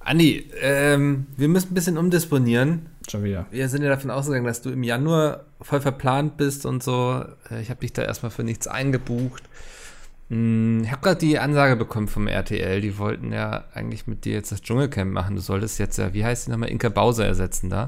Andi, wir müssen ein bisschen umdisponieren. Schon wieder. Wir sind ja davon ausgegangen, dass du im Januar voll verplant bist und so. Ich habe dich da erstmal für nichts eingebucht. Ich habe gerade die Ansage bekommen vom RTL. Die wollten ja eigentlich mit dir jetzt das Dschungelcamp machen. Du solltest jetzt ja, wie heißt die nochmal, Inka Bauser ersetzen da.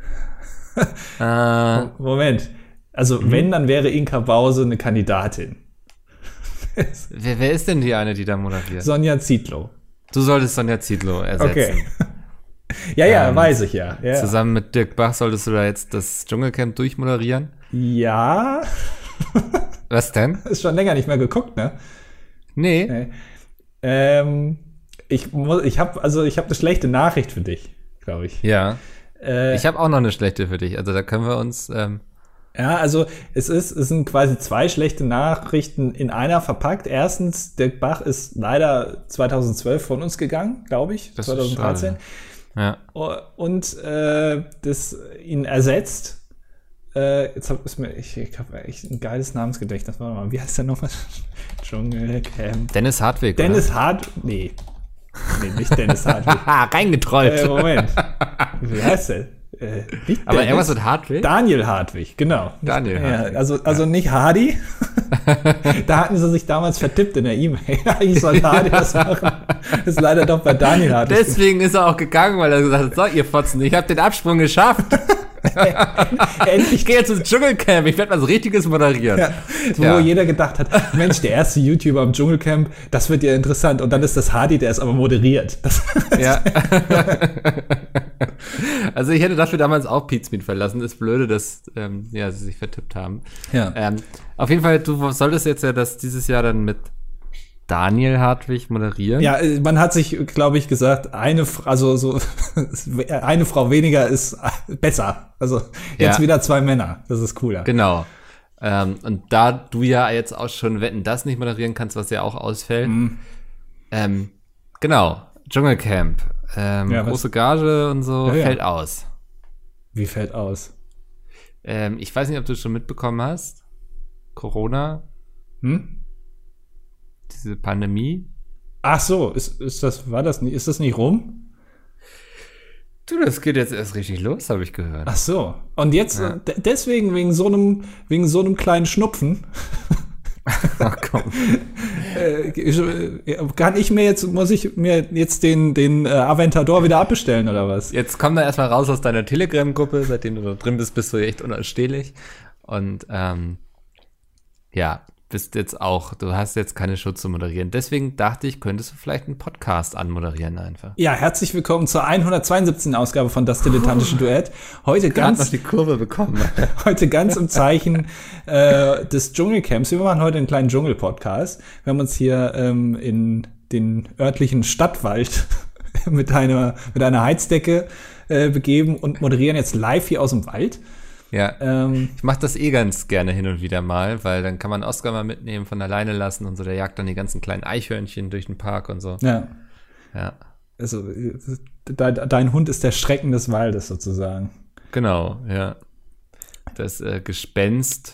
Moment. Also wenn, dann wäre Inka Bause eine Kandidatin. Wer ist denn die eine, die da moderiert? Sonja Zietlow. Du solltest Sonja Zietlow ersetzen. Okay. Ja, weiß ich ja. Zusammen mit Dirk Bach solltest du da jetzt das Dschungelcamp durchmoderieren? Ja. Was denn? Ist schon länger nicht mehr geguckt, ne? Nee. Ich habe eine schlechte Nachricht für dich, glaube ich. Ja. Ich habe auch noch eine schlechte für dich. Also da können wir uns Ja, also es sind quasi zwei schlechte Nachrichten in einer verpackt. Erstens, Dirk Bach ist leider 2012 von uns gegangang, glaube ich, das 2013. Ja. Und das ihn ersetzt. Jetzt habe ich habe echt ein geiles Namensgedächtnis. Warte mal, wie heißt der nochmal? Dschungelcamp. Dennis Hartwig. Nee, nicht Dennis Hartwig. Reingetrollt. Moment. Wie heißt der? Aber irgendwas mit Hartwig? Daniel Hartwig, genau. Daniel Hartwig. Ja, also nicht Hardy. Da hatten sie sich damals vertippt in der E-Mail. Eigentlich soll Hardy das machen. Das ist leider doch bei Daniel Hartwig. Deswegen ist er auch gegangen, weil er gesagt hat, so, ihr Fotzen, ich habe den Absprung geschafft. Ich gehe jetzt ins Dschungelcamp, ich werde was Richtiges moderieren. Ja, wo jeder gedacht hat, Mensch, der erste YouTuber im Dschungelcamp, das wird ja interessant. Und dann ist das Hardy, der ist aber moderiert. Ja. Also ich hätte dafür damals auch Pizmeet verlassen. Das ist blöde, dass sie sich vertippt haben. Ja. Auf jeden Fall, du solltest jetzt ja das dieses Jahr dann mit Daniel Hartwig moderieren. Ja, man hat sich, glaube ich, gesagt, eine Frau weniger ist besser. Also jetzt wieder zwei Männer. Das ist cooler. Genau. Und da du ja jetzt auch schon Wetten, das nicht moderieren kannst, was ja auch ausfällt. Genau. Dschungelcamp. Große Gage und so fällt aus. Wie fällt aus? Ich weiß nicht, ob du es schon mitbekommen hast. Corona. Diese Pandemie. Ach so, ist das nicht rum? Du, das geht jetzt erst richtig los, habe ich gehört. Ach so. Und jetzt deswegen wegen so einem kleinen Schnupfen. Ach komm. Muss ich mir jetzt den Aventador wieder abbestellen oder was? Jetzt komm da erstmal raus aus deiner Telegram-Gruppe, seitdem du da drin bist, bist du echt unausstehlich. Und du hast jetzt keine Show zu moderieren. Deswegen dachte ich, könntest du vielleicht einen Podcast anmoderieren einfach. Ja, herzlich willkommen zur 172. Ausgabe von Das Dilettantische Duett. Heute ganz noch die Kurve bekommen. Heute ganz im Zeichen des Dschungelcamps. Wir machen heute einen kleinen Dschungel-Podcast. Wir haben uns hier in den örtlichen Stadtwald mit einer Heizdecke begeben und moderieren jetzt live hier aus dem Wald. Ja, ich mache das ganz gerne hin und wieder mal, weil dann kann man Oscar mal mitnehmen, von alleine lassen und so, der jagt dann die ganzen kleinen Eichhörnchen durch den Park und so. Ja. Ja. Also, dein Hund ist der Schrecken des Waldes sozusagen. Genau, ja. Das Gespenst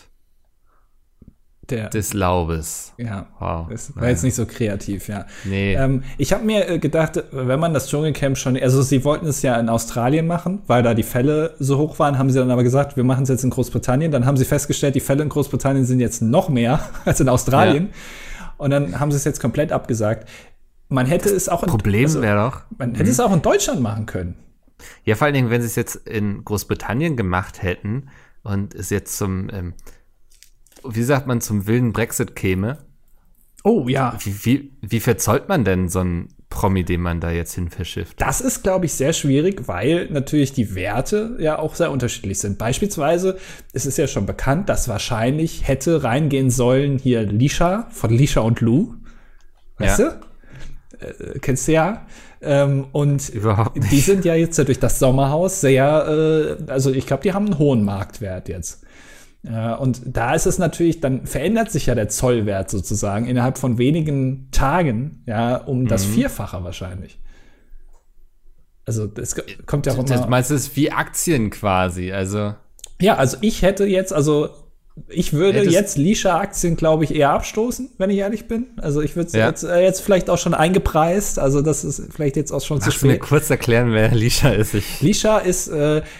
des Laubes. Ja, wow. Das war jetzt nicht so kreativ, ja. Nee. Ich habe mir gedacht, wenn man das Dschungelcamp also sie wollten es ja in Australien machen, weil da die Fälle so hoch waren, haben sie dann aber gesagt, wir machen es jetzt in Großbritannien. Dann haben sie festgestellt, die Fälle in Großbritannien sind jetzt noch mehr als in Australien. Ja. Und dann haben sie es jetzt komplett abgesagt. Man hätte es auch man hätte es auch in Deutschland machen können. Ja, vor allen Dingen, wenn sie es jetzt in Großbritannien gemacht hätten und es jetzt zum wie sagt man, zum wilden Brexit käme. Oh, ja. Wie verzollt man denn so einen Promi, den man da jetzt hin verschifft? Das ist, glaube ich, sehr schwierig, weil natürlich die Werte ja auch sehr unterschiedlich sind. Beispielsweise ist es ja schon bekannt, dass wahrscheinlich hätte reingehen sollen hier Lisha von Lisha und Lou. Weißt du? Kennst du ja. Und überhaupt nicht. Die sind ja jetzt durch das Sommerhaus sehr, also ich glaube, die haben einen hohen Marktwert jetzt. Und da ist es natürlich, dann verändert sich ja der Zollwert sozusagen innerhalb von wenigen Tagen, um das Vierfache wahrscheinlich. Also das kommt ja auch immer. Du meinst, es ist wie Aktien quasi, also. Ja, also ich hätte jetzt, Ich würde jetzt Leisha-Aktien, glaube ich, eher abstoßen, wenn ich ehrlich bin. Also ich würde es jetzt vielleicht auch schon eingepreist. Also das ist vielleicht jetzt auch schon zu spät. Kannst du mir kurz erklären, wer Leisha ist? Leisha ist,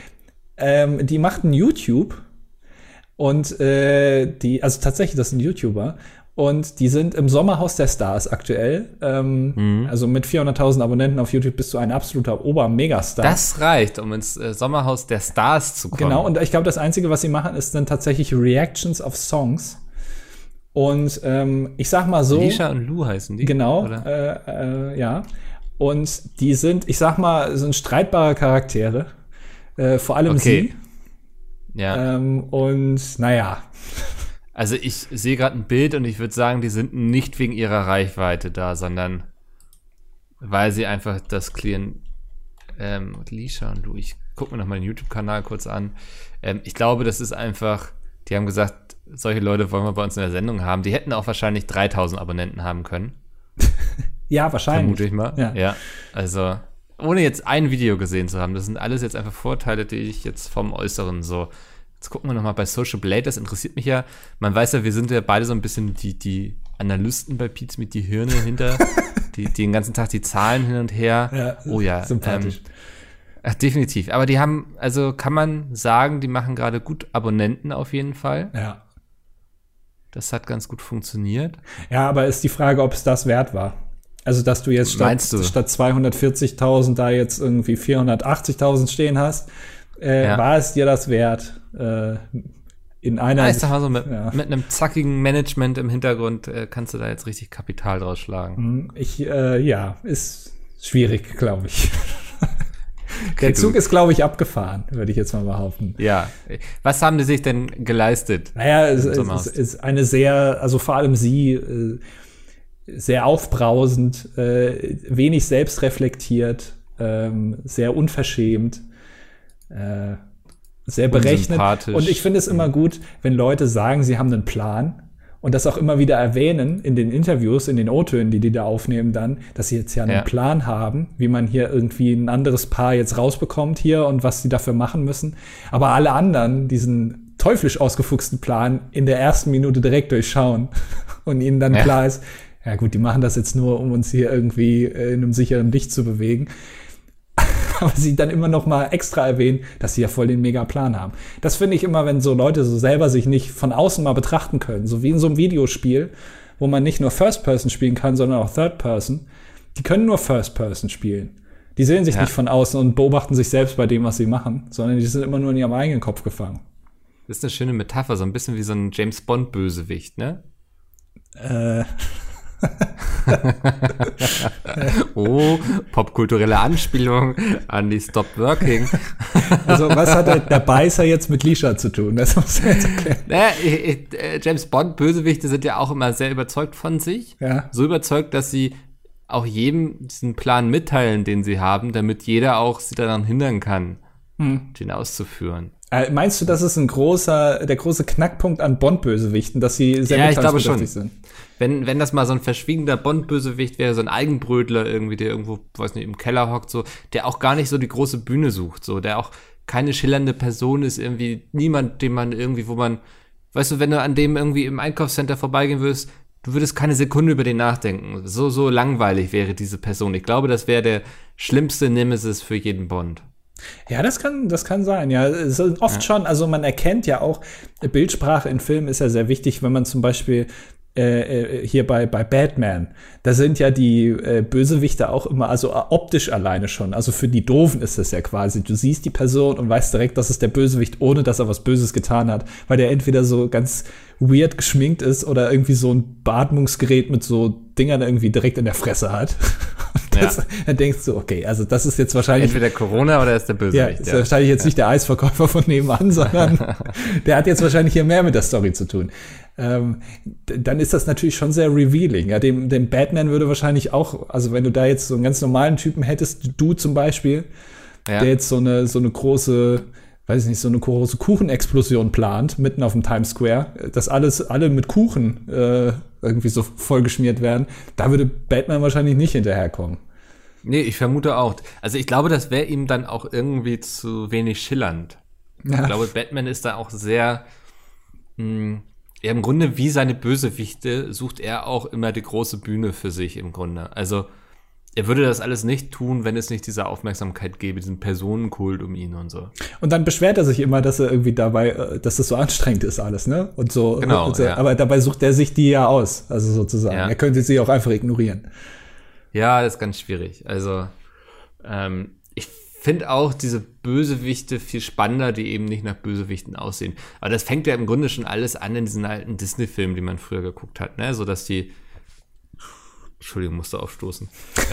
die macht ein YouTube und also tatsächlich, das sind YouTuber. Und die sind im Sommerhaus der Stars aktuell. Also mit 400.000 Abonnenten auf YouTube bist du ein absoluter Ober-Megastar. Das reicht, um ins Sommerhaus der Stars zu kommen. Genau, und ich glaube, das Einzige, was sie machen, ist dann tatsächlich Reactions auf Songs. Und ich sag mal so. Leisha und Lou heißen die. Genau, ja. Und die sind, ich sag mal, sind streitbare Charaktere. Vor allem sie. Ja. Und naja. Also ich sehe gerade ein Bild und ich würde sagen, die sind nicht wegen ihrer Reichweite da, sondern weil sie einfach das Leisha und Lou, ich gucke mir noch mal den YouTube-Kanal kurz an. Ich glaube, das ist einfach, die haben gesagt, solche Leute wollen wir bei uns in der Sendung haben. Die hätten auch wahrscheinlich 3.000 Abonnenten haben können. Ja, wahrscheinlich. Vermute ich mal. Ja, also ohne jetzt ein Video gesehen zu haben, das sind alles jetzt einfach Vorteile, die ich jetzt vom Äußeren so. Jetzt gucken wir noch mal bei Social Blade, das interessiert mich ja. Man weiß ja, wir sind ja beide so ein bisschen die Analysten bei Pete's mit die Hirne hinter, die den ganzen Tag die Zahlen hin und her. Ja, oh ja, sympathisch. Definitiv. Aber die haben, also kann man sagen, die machen gerade gut Abonnenten auf jeden Fall. Ja. Das hat ganz gut funktioniert. Ja, aber ist die Frage, ob es das wert war. Also, dass du jetzt statt 240.000 da jetzt irgendwie 480.000 stehen hast. War es dir das wert? In einer. Ich sag mal so, mit einem zackigen Management im Hintergrund kannst du da jetzt richtig Kapital draus schlagen. Ist schwierig, glaube ich. Der Zug ist, glaube ich, abgefahren, würde ich jetzt mal behaupten. Ja. Was haben die sich denn geleistet? Naja, es ist eine sehr, also vor allem sie, sehr aufbrausend, wenig selbstreflektiert, sehr unverschämt. Sehr berechnet. Und ich finde es immer gut, wenn Leute sagen, sie haben einen Plan und das auch immer wieder erwähnen in den Interviews, in den O-Tönen, die da aufnehmen dann, dass sie jetzt ja einen Plan haben, wie man hier irgendwie ein anderes Paar jetzt rausbekommt hier und was sie dafür machen müssen. Aber alle anderen diesen teuflisch ausgefuchsten Plan in der ersten Minute direkt durchschauen und ihnen dann klar ist, ja gut, die machen das jetzt nur, um uns hier irgendwie in einem sicheren Licht zu bewegen. Aber sie dann immer noch mal extra erwähnen, dass sie ja voll den Mega-Plan haben. Das finde ich immer, wenn so Leute so selber sich nicht von außen mal betrachten können. So wie in so einem Videospiel, wo man nicht nur First-Person spielen kann, sondern auch Third-Person. Die können nur First-Person spielen. Die sehen sich nicht von außen und beobachten sich selbst bei dem, was sie machen, sondern die sind immer nur in ihrem eigenen Kopf gefangen. Das ist eine schöne Metapher, so ein bisschen wie so ein James-Bond-Bösewicht, ne? Oh, popkulturelle Anspielung an die Stop Working. Also was hat der Beißer jetzt mit Leisha zu tun? Das muss er jetzt erklären. James Bond Bösewichte sind ja auch immer sehr überzeugt von sich. Ja. So überzeugt, dass sie auch jedem diesen Plan mitteilen, den sie haben, damit jeder auch sie daran hindern kann, den auszuführen. Meinst du, das ist der große Knackpunkt an Bond-Bösewichten, dass sie sehr mitteilungsbedürftig sind? Wenn das mal so ein verschwiegener Bond-Bösewicht wäre, so ein Eigenbrötler irgendwie, der irgendwo, weiß nicht, im Keller hockt, so, der auch gar nicht so die große Bühne sucht, so, der auch keine schillernde Person ist, irgendwie niemand, den man irgendwie, wo man, weißt du, wenn du an dem irgendwie im Einkaufscenter vorbeigehen würdest, du würdest keine Sekunde über den nachdenken. So langweilig wäre diese Person. Ich glaube, das wäre der schlimmste Nemesis für jeden Bond. Ja, das kann sein, ja. Es ist oft schon, also man erkennt ja auch, Bildsprache in Filmen ist ja sehr wichtig, wenn man zum Beispiel hier bei Batman, da sind ja die Bösewichte auch immer, also optisch alleine schon, also für die Doofen ist das ja quasi, du siehst die Person und weißt direkt, das ist der Bösewicht, ohne dass er was Böses getan hat, weil der entweder so ganz weird geschminkt ist oder irgendwie so ein Beatmungsgerät mit so Dingern irgendwie direkt in der Fresse hat. Dann denkst du, okay, also das ist jetzt wahrscheinlich entweder Corona oder ist der Bösewicht. Ist wahrscheinlich jetzt nicht der Eisverkäufer von nebenan, sondern der hat jetzt wahrscheinlich hier mehr mit der Story zu tun. Dann ist das natürlich schon sehr revealing. Ja, dem Batman würde wahrscheinlich auch, also wenn du da jetzt so einen ganz normalen Typen hättest, du zum Beispiel, der jetzt so eine große, weiß ich nicht, so eine große Kuchenexplosion plant, mitten auf dem Times Square, dass alle mit Kuchen irgendwie so vollgeschmiert werden, da würde Batman wahrscheinlich nicht hinterherkommen. Nee, ich vermute auch. Also ich glaube, das wäre ihm dann auch irgendwie zu wenig schillernd. Ja. Ich glaube, Batman ist da auch sehr ja, im Grunde wie seine Bösewichte sucht er auch immer die große Bühne für sich im Grunde. Also er würde das alles nicht tun, wenn es nicht diese Aufmerksamkeit gäbe, diesen Personenkult um ihn und so. Und dann beschwert er sich immer, dass er irgendwie dabei, dass das so anstrengend ist alles, ne? Und so. Genau, und so. ja. Aber dabei sucht er sich die ja aus, also sozusagen. Ja. Er könnte sie auch einfach ignorieren. Ja, das ist ganz schwierig. Also ich finde auch diese Bösewichte viel spannender, die eben nicht nach Bösewichten aussehen. Aber das fängt ja im Grunde schon alles an in diesen alten Disney-Filmen, die man früher geguckt hat, ne? So dass die Entschuldigung, musste aufstoßen.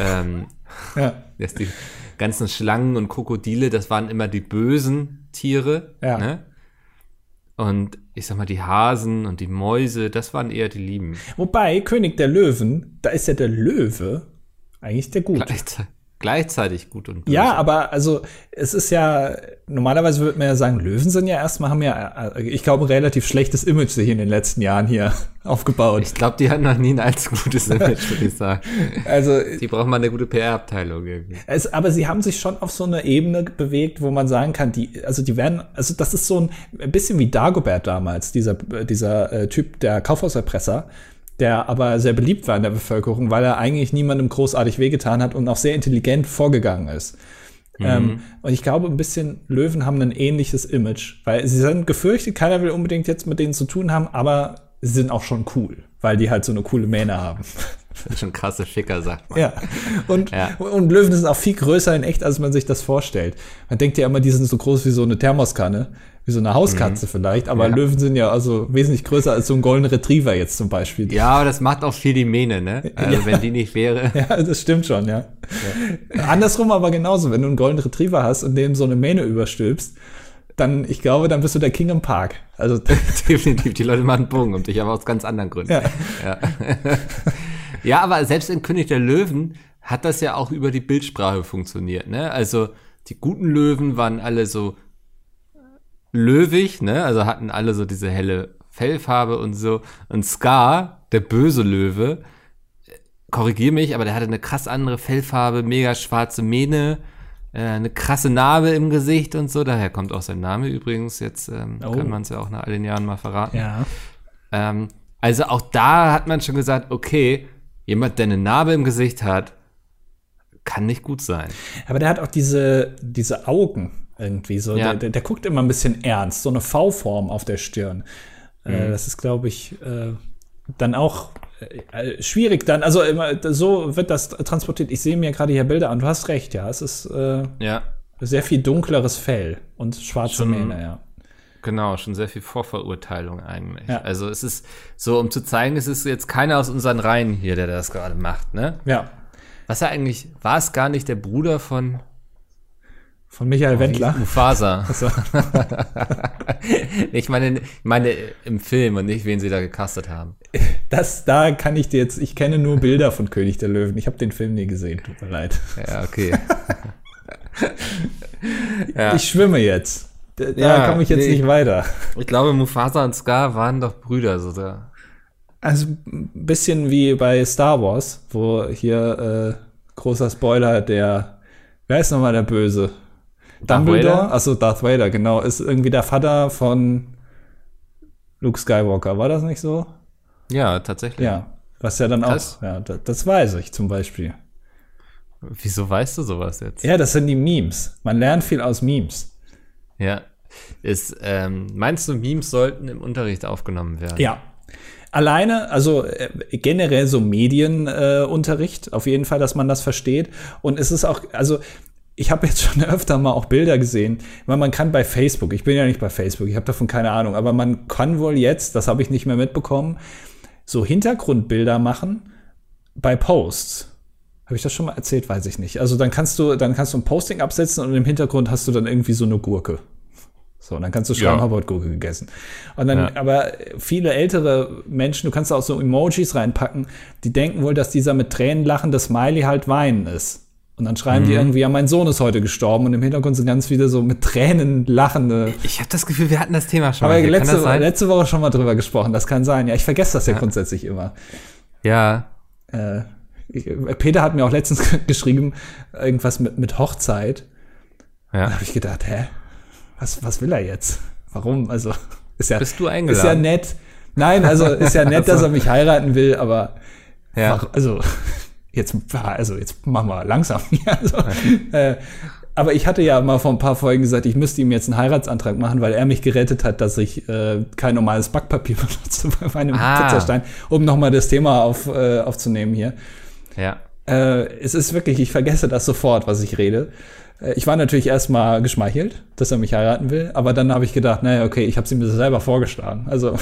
Dass die ganzen Schlangen und Krokodile, das waren immer die bösen Tiere. Ja. Ne? Und ich sag mal, die Hasen und die Mäuse, das waren eher die Lieben. Wobei, König der Löwen, da ist ja der Löwe eigentlich der Gute. Gleichzeitig gut und böse. Ja, aber also es ist ja, normalerweise würde man ja sagen, Löwen sind ja erstmal, haben ja, ich glaube, ein relativ schlechtes Image sich in den letzten Jahren hier aufgebaut. Ich glaube, die hatten noch nie ein allzu gutes Image, würde ich sagen. Also die brauchen mal eine gute PR-Abteilung irgendwie. Aber sie haben sich schon auf so eine Ebene bewegt, wo man sagen kann, die werden, also das ist so ein bisschen wie Dagobert damals, dieser Typ, der Kaufhauserpresser, der aber sehr beliebt war in der Bevölkerung, weil er eigentlich niemandem großartig wehgetan hat und auch sehr intelligent vorgegangen ist. Und ich glaube, ein bisschen Löwen haben ein ähnliches Image, weil sie sind gefürchtet, keiner will unbedingt jetzt mit denen zu tun haben, aber sie sind auch schon cool, weil die halt so eine coole Mähne haben. Das sind schon krasse Ficker, sagt man. Ja. Und Löwen sind auch viel größer in echt, als man sich das vorstellt. Man denkt ja immer, die sind so groß wie so eine Thermoskanne, wie so eine Hauskatze vielleicht, aber Löwen sind ja also wesentlich größer als so ein Golden Retriever jetzt zum Beispiel. Ja, aber das macht auch viel die Mähne, ne? Also wenn die nicht wäre. Ja, das stimmt schon, ja. Andersrum aber genauso, wenn du einen Golden Retriever hast und dem so eine Mähne überstülpst, dann, ich glaube, dann bist du der King im Park. Also definitiv, die Leute machen Bogen um dich, aber aus ganz anderen Gründen. Ja. Ja, aber selbst in König der Löwen hat das ja auch über die Bildsprache funktioniert, ne? Also die guten Löwen waren alle so löwig, ne? Also hatten alle so diese helle Fellfarbe und so. Und Scar, der böse Löwe, korrigier mich, aber der hatte eine krass andere Fellfarbe, mega schwarze Mähne, eine krasse Narbe im Gesicht und so. Daher kommt auch sein Name übrigens. Jetzt kann man es ja auch nach all den Jahren mal verraten. Ja. Also auch da hat man schon gesagt, okay, jemand, der eine Narbe im Gesicht hat, kann nicht gut sein. Aber der hat auch diese Augen irgendwie so. Ja. Der guckt immer ein bisschen ernst, so eine V-Form auf der Stirn. Das ist, glaube ich, dann auch schwierig dann. Also immer, so wird das transportiert. Ich sehe mir gerade hier Bilder an. Du hast recht, ja. Es ist sehr viel dunkleres Fell und schwarze Mähne, ja. Genau, schon sehr viel Vorverurteilung eigentlich. Ja. Also es ist so, um zu zeigen, es ist jetzt keiner aus unseren Reihen hier, der das gerade macht, ne? Ja. Was eigentlich, war es gar nicht der Bruder von Michael Wendler? Mufasa. Also. Ich meine im Film und nicht, wen sie da gecastet haben. Da kann ich dir jetzt, ich kenne nur Bilder von König der Löwen. Ich habe den Film nie gesehen, tut mir leid. Ja, okay. Ja. Ich schwimme jetzt. Da komme ich jetzt nicht weiter. Ich glaube, Mufasa und Scar waren doch Brüder. So da. Also ein bisschen wie bei Star Wars, wo hier großer Spoiler, wer ist nochmal der Böse? Dumbledore? Achso, Darth Vader, genau. Ist irgendwie der Vater von Luke Skywalker. War das nicht so? Ja, tatsächlich. Ja, was ja dann Krass. Auch, ja, das weiß ich zum Beispiel. Wieso weißt du sowas jetzt? Ja, das sind die Memes. Man lernt viel aus Memes. Ja. Meinst du, Memes sollten im Unterricht aufgenommen werden? Ja. Alleine, also generell so Medienunterricht, auf jeden Fall, dass man das versteht. Und es ist auch, also ich habe jetzt schon öfter mal auch Bilder gesehen, weil man kann bei Facebook, ich bin ja nicht bei Facebook, ich habe davon keine Ahnung, aber man kann wohl jetzt, das habe ich nicht mehr mitbekommen, so Hintergrundbilder machen bei Posts. Habe ich das schon mal erzählt? Weiß ich nicht. Also dann kannst du ein Posting absetzen und im Hintergrund hast du dann irgendwie so eine Gurke. So, und dann kannst du schreiben, habe heute Gurke gegessen. Und dann, aber viele ältere Menschen, du kannst auch so Emojis reinpacken, die denken wohl, dass dieser mit Tränen lachende Smiley halt weinen ist. Und dann schreiben die irgendwie, ja, mein Sohn ist heute gestorben und im Hintergrund sind ganz viele so mit Tränen lachende. Ich habe das Gefühl, wir hatten das Thema schon. Aber letzte Woche schon mal drüber gesprochen, das kann sein. Ja, ich vergesse das ja grundsätzlich immer. Ja. Peter hat mir auch letztens geschrieben, irgendwas mit Hochzeit. Ja. Da habe ich gedacht, was will er jetzt? Warum? Also Bist du eingeladen? Ist ja nett. Nein, also ist ja nett, dass er mich heiraten will, aber jetzt machen wir langsam. Aber ich hatte ja mal vor ein paar Folgen gesagt, ich müsste ihm jetzt einen Heiratsantrag machen, weil er mich gerettet hat, dass ich kein normales Backpapier benutze bei meinem Pizzastein, um nochmal das Thema aufzunehmen hier. Ja. Es ist wirklich, ich vergesse das sofort, was ich rede. Ich war natürlich erstmal geschmeichelt, dass er mich heiraten will, aber dann habe ich gedacht, naja, okay, ich habe es ihm selber vorgeschlagen. Also,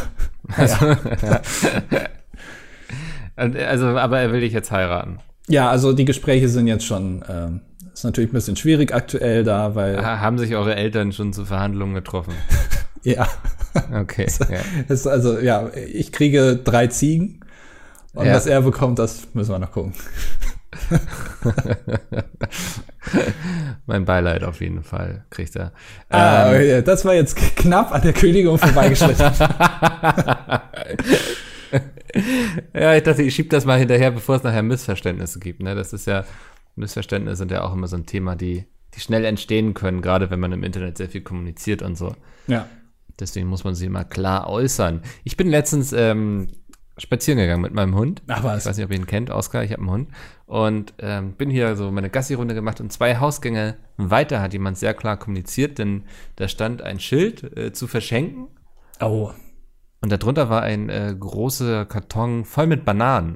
aber er will dich jetzt heiraten. Ja, also die Gespräche sind jetzt schon, ist natürlich ein bisschen schwierig aktuell da, weil... Haben sich eure Eltern schon zu Verhandlungen getroffen? Ja. Okay. Ich kriege 3 Ziegen und was er bekommt, das müssen wir noch gucken. Mein Beileid auf jeden Fall kriegt er. Das war jetzt knapp an der Kündigung vorbeigeschritten. Ja, ich dachte, ich schieb das mal hinterher, bevor es nachher Missverständnisse gibt. Ne? Das ist ja, Missverständnisse sind ja auch immer so ein Thema, die schnell entstehen können, gerade wenn man im Internet sehr viel kommuniziert und so. Ja. Deswegen muss man sich immer klar äußern. Ich bin letztens spazieren gegangen mit meinem Hund. Ach was. Ich weiß nicht, ob ihr ihn kennt, Oskar, ich habe einen Hund. Und bin hier so meine Gassi-Runde gemacht und 2 Hausgänge weiter hat jemand sehr klar kommuniziert, denn da stand ein Schild zu verschenken. Oh. Und darunter war ein großer Karton voll mit Bananen.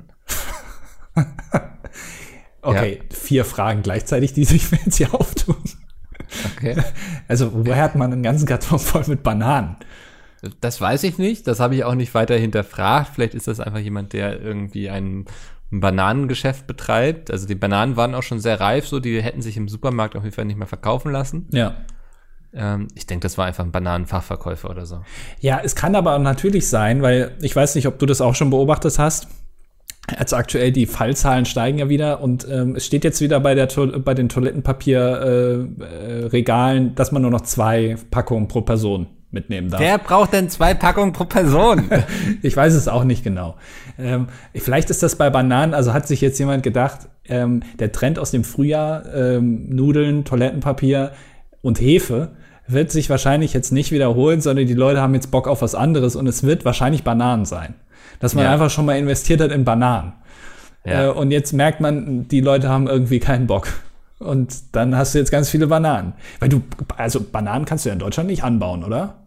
Okay, 4 Fragen gleichzeitig, die sich mir jetzt hier auftun. Okay. Also, woher hat man einen ganzen Karton voll mit Bananen? Das weiß ich nicht, das habe ich auch nicht weiter hinterfragt. Vielleicht ist das einfach jemand, der irgendwie ein Bananengeschäft betreibt. Also die Bananen waren auch schon sehr reif, so die hätten sich im Supermarkt auf jeden Fall nicht mehr verkaufen lassen. Ja. Ich denke, das war einfach ein Bananenfachverkäufer oder so. Ja, es kann aber natürlich sein, weil ich weiß nicht, ob du das auch schon beobachtet hast. Jetzt aktuell die Fallzahlen steigen ja wieder und es steht jetzt wieder bei den Toilettenpapierregalen, dass man nur noch 2 Packungen pro Person mitnehmen darf. Wer braucht denn 2 Packungen pro Person? Ich weiß es auch nicht genau. Vielleicht ist das bei Bananen, also hat sich jetzt jemand gedacht, der Trend aus dem Frühjahr, Nudeln, Toilettenpapier und Hefe, wird sich wahrscheinlich jetzt nicht wiederholen, sondern die Leute haben jetzt Bock auf was anderes und es wird wahrscheinlich Bananen sein. Dass man einfach schon mal investiert hat in Bananen. Ja. Und jetzt merkt man, die Leute haben irgendwie keinen Bock. Und dann hast du jetzt ganz viele Bananen. Weil Bananen kannst du ja in Deutschland nicht anbauen, oder?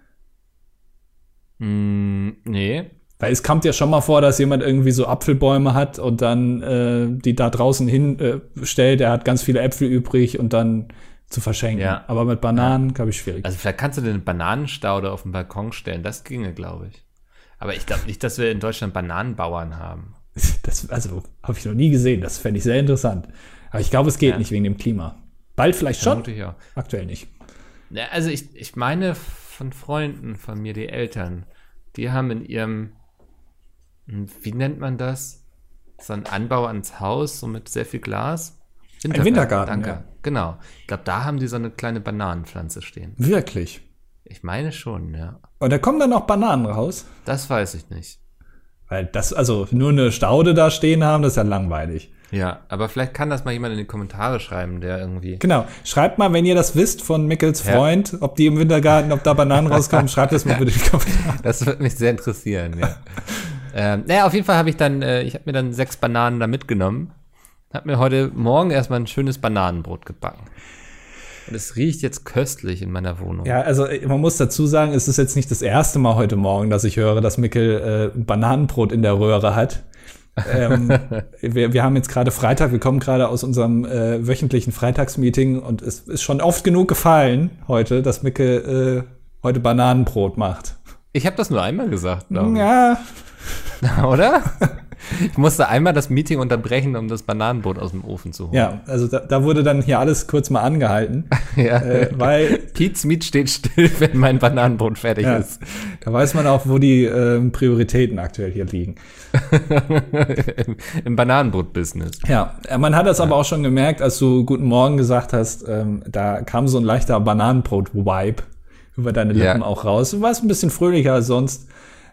Nee. Weil es kommt ja schon mal vor, dass jemand irgendwie so Apfelbäume hat und dann die da draußen hinstellt, er hat ganz viele Äpfel übrig und dann zu verschenken. Ja. Aber mit Bananen, glaube ich, schwierig. Also vielleicht kannst du den Bananenstaude auf den Balkon stellen, das ginge, glaube ich. Aber ich glaube nicht, dass wir in Deutschland Bananenbauern haben. Das habe ich noch nie gesehen, das fände ich sehr interessant. Aber ich glaube, es geht nicht wegen dem Klima. Bald vielleicht schon, auch. Aktuell nicht. Ja, also ich meine von Freunden von mir, die Eltern, die haben in ihrem, wie nennt man das? So ein Anbau ans Haus, so mit sehr viel Glas. Ein Wintergarten, danke. Ja. Genau. Ich glaube, da haben die so eine kleine Bananenpflanze stehen. Wirklich? Ich meine schon, ja. Und da kommen dann auch Bananen raus? Das weiß ich nicht. Weil nur eine Staude da stehen haben, das ist ja langweilig. Ja, aber vielleicht kann das mal jemand in die Kommentare schreiben, der irgendwie... Genau, schreibt mal, wenn ihr das wisst von Mickels Freund, ob die im Wintergarten, ob da Bananen rauskommen, schreibt das mal bitte in die Kommentare. Das würde mich sehr interessieren, ja. Auf jeden Fall habe ich mir dann 6 Bananen da mitgenommen, habe mir heute Morgen erstmal ein schönes Bananenbrot gebacken. Und es riecht jetzt köstlich in meiner Wohnung. Ja, also man muss dazu sagen, es ist jetzt nicht das erste Mal heute Morgen, dass ich höre, dass Mickel ein Bananenbrot in der Röhre hat. Wir haben jetzt gerade Freitag, wir kommen gerade aus unserem wöchentlichen Freitagsmeeting und es ist schon oft genug gefallen heute, dass Mickel heute Bananenbrot macht. Ich habe das nur einmal gesagt, glaube ich. Ja. Oder? Ich musste einmal das Meeting unterbrechen, um das Bananenbrot aus dem Ofen zu holen. Ja, also da wurde dann hier alles kurz mal angehalten. Ja. Weil Pete's Meat steht still, wenn mein Bananenbrot fertig ist. Da weiß man auch, wo die Prioritäten aktuell hier liegen. Im Bananenbrot-Business. Ja, man hat das aber auch schon gemerkt, als du Guten Morgen gesagt hast, da kam so ein leichter Bananenbrot-Vibe über deine Lippen auch raus. Du warst ein bisschen fröhlicher als sonst.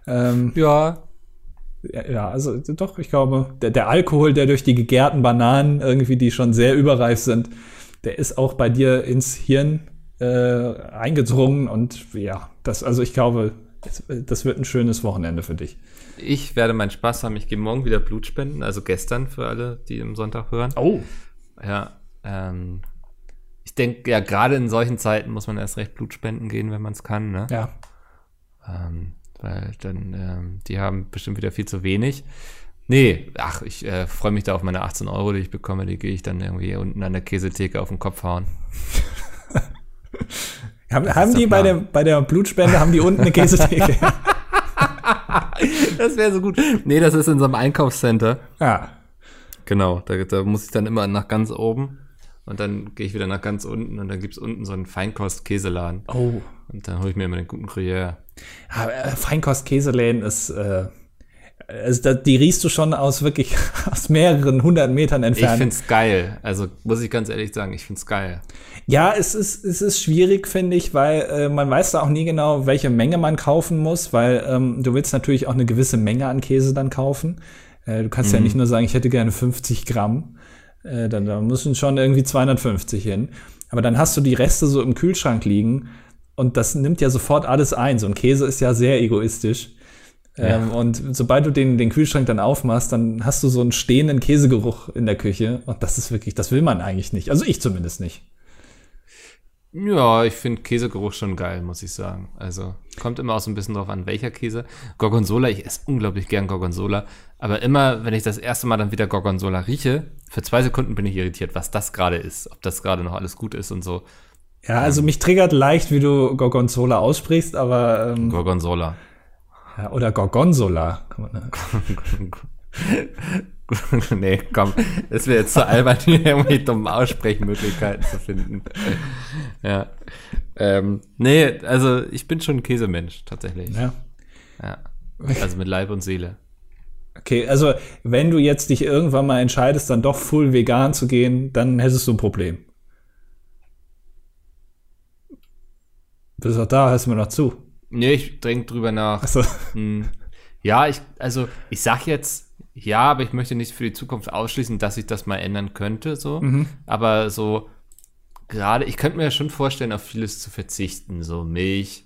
Ja, also doch, ich glaube, der Alkohol, der durch die gegärten Bananen irgendwie, die schon sehr überreif sind, der ist auch bei dir ins Hirn eingedrungen und ja, also ich glaube, Das wird ein schönes Wochenende für dich. Ich werde meinen Spaß haben. Ich gehe morgen wieder Blut spenden. Also gestern für alle, die am Sonntag hören. Oh. Ja, ich denke, ja, gerade in solchen Zeiten muss man erst recht Blut spenden gehen, wenn man es kann, ne? Ja. Weil dann, die haben bestimmt wieder viel zu wenig. Nee, ich freue mich da auf meine 18 Euro, die ich bekomme. Die gehe ich dann irgendwie unten an der Käsetheke auf den Kopf hauen. Haben die bei der Blutspende, haben die unten eine Käsetheke? Das wäre so gut. Nee, das ist in so einem Einkaufscenter. Ja. Genau, da muss ich dann immer nach ganz oben und dann gehe ich wieder nach ganz unten und dann gibt es unten so einen Feinkost-Käseladen. Oh. Und dann hole ich mir immer den guten Gruyère. Feinkost-Käseläden ist, die riechst du schon aus mehreren 100 Metern entfernt. Ich find's geil. Also muss ich ganz ehrlich sagen, ich find's geil. Ja, es ist schwierig, finde ich, weil man weiß da auch nie genau, welche Menge man kaufen muss, weil du willst natürlich auch eine gewisse Menge an Käse dann kaufen. Du kannst ja nicht nur sagen, ich hätte gerne 50 Gramm. Da müssen schon irgendwie 250 hin. Aber dann hast du die Reste so im Kühlschrank liegen und das nimmt ja sofort alles ein. So ein Käse ist ja sehr egoistisch. Ja. Und sobald du den Kühlschrank dann aufmachst, dann hast du so einen stehenden Käsegeruch in der Küche. Und das ist wirklich, das will man eigentlich nicht. Also ich zumindest nicht. Ja, ich finde Käsegeruch schon geil, muss ich sagen. Also kommt immer auch so ein bisschen drauf an, welcher Käse. Gorgonzola, ich esse unglaublich gern Gorgonzola. Aber immer, wenn ich das erste Mal dann wieder Gorgonzola rieche, für 2 Sekunden bin ich irritiert, was das gerade ist. Ob das gerade noch alles gut ist und so. Ja, also mich triggert leicht, wie du Gorgonzola aussprichst, aber Gorgonzola. Ja, oder Gorgonzola. Nee, komm, es wäre jetzt zu albern, hier irgendwie dumme Aussprechmöglichkeiten zu finden. Ja. Nee, also ich bin schon ein Käsemensch, tatsächlich. Ja. Also mit Leib und Seele. Okay, also wenn du jetzt dich irgendwann mal entscheidest, dann doch full vegan zu gehen, dann hättest du ein Problem. Bist doch da, hörst du mir noch zu. Nee, ich denke drüber nach. Ach so. Ja, ich sag jetzt, ja, aber ich möchte nicht für die Zukunft ausschließen, dass ich das mal ändern könnte, so. Aber so, gerade, ich könnte mir ja schon vorstellen, auf vieles zu verzichten, so Milch,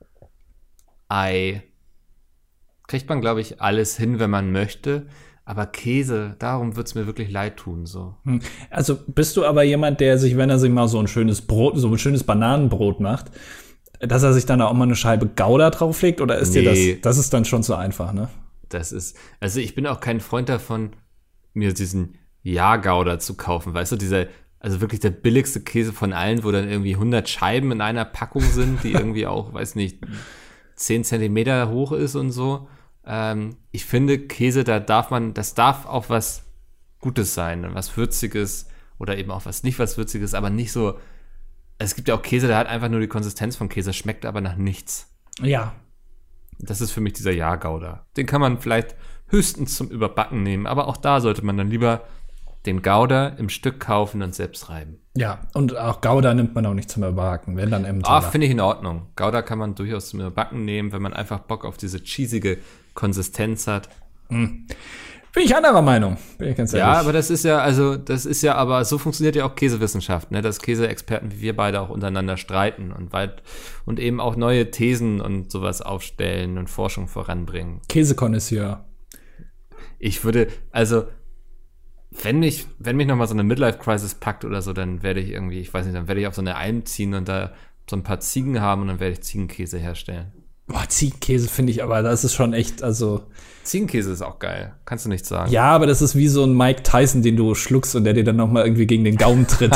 Ei, kriegt man, glaube ich, alles hin, wenn man möchte. Aber Käse, darum wird's mir wirklich leid tun, so. Also bist du aber jemand, der sich, wenn er sich mal so ein schönes Brot, so ein schönes Bananenbrot macht, dass er sich dann auch mal eine Scheibe Gouda drauflegt? Oder ist dir das ist dann schon zu einfach, ne? Also ich bin auch kein Freund davon, mir diesen Ja-Gouda zu kaufen, weißt du, also wirklich der billigste Käse von allen, wo dann irgendwie 100 Scheiben in einer Packung sind, die irgendwie auch, weiß nicht, 10 Zentimeter hoch ist und so. Ich finde, Käse, das darf auch was Gutes sein, was Würziges oder eben auch was nicht was Würziges, aber nicht so. Es gibt ja auch Käse, der hat einfach nur die Konsistenz von Käse, schmeckt aber nach nichts. Ja. Das ist für mich dieser Ja-Gouda. Den kann man vielleicht höchstens zum Überbacken nehmen, aber auch da sollte man dann lieber den Gouda im Stück kaufen und selbst reiben. Ja, und auch Gouda nimmt man auch nicht zum Überbacken, wenn dann im Teller. Finde ich in Ordnung. Gouda kann man durchaus zum Überbacken nehmen, wenn man einfach Bock auf diese cheesige Konsistenz hat. Bin ich anderer Meinung, bin ich ganz ehrlich. Ja, aber das ist ja, aber so funktioniert ja auch Käsewissenschaft, ne? Dass Käseexperten wie wir beide auch untereinander streiten und eben auch neue Thesen und sowas aufstellen und Forschung voranbringen. Käsekonnoisseur. Ich würde, also, wenn mich nochmal so eine Midlife-Crisis packt oder so, dann werde ich irgendwie, ich weiß nicht, dann werde ich auf so eine Alm ziehen und da so ein paar Ziegen haben und dann werde ich Ziegenkäse herstellen. Boah, Ziegenkäse finde ich, aber das ist schon echt, also. Ziegenkäse ist auch geil, kannst du nicht sagen. Ja, aber das ist wie so ein Mike Tyson, den du schluckst und der dir dann nochmal irgendwie gegen den Gaumen tritt.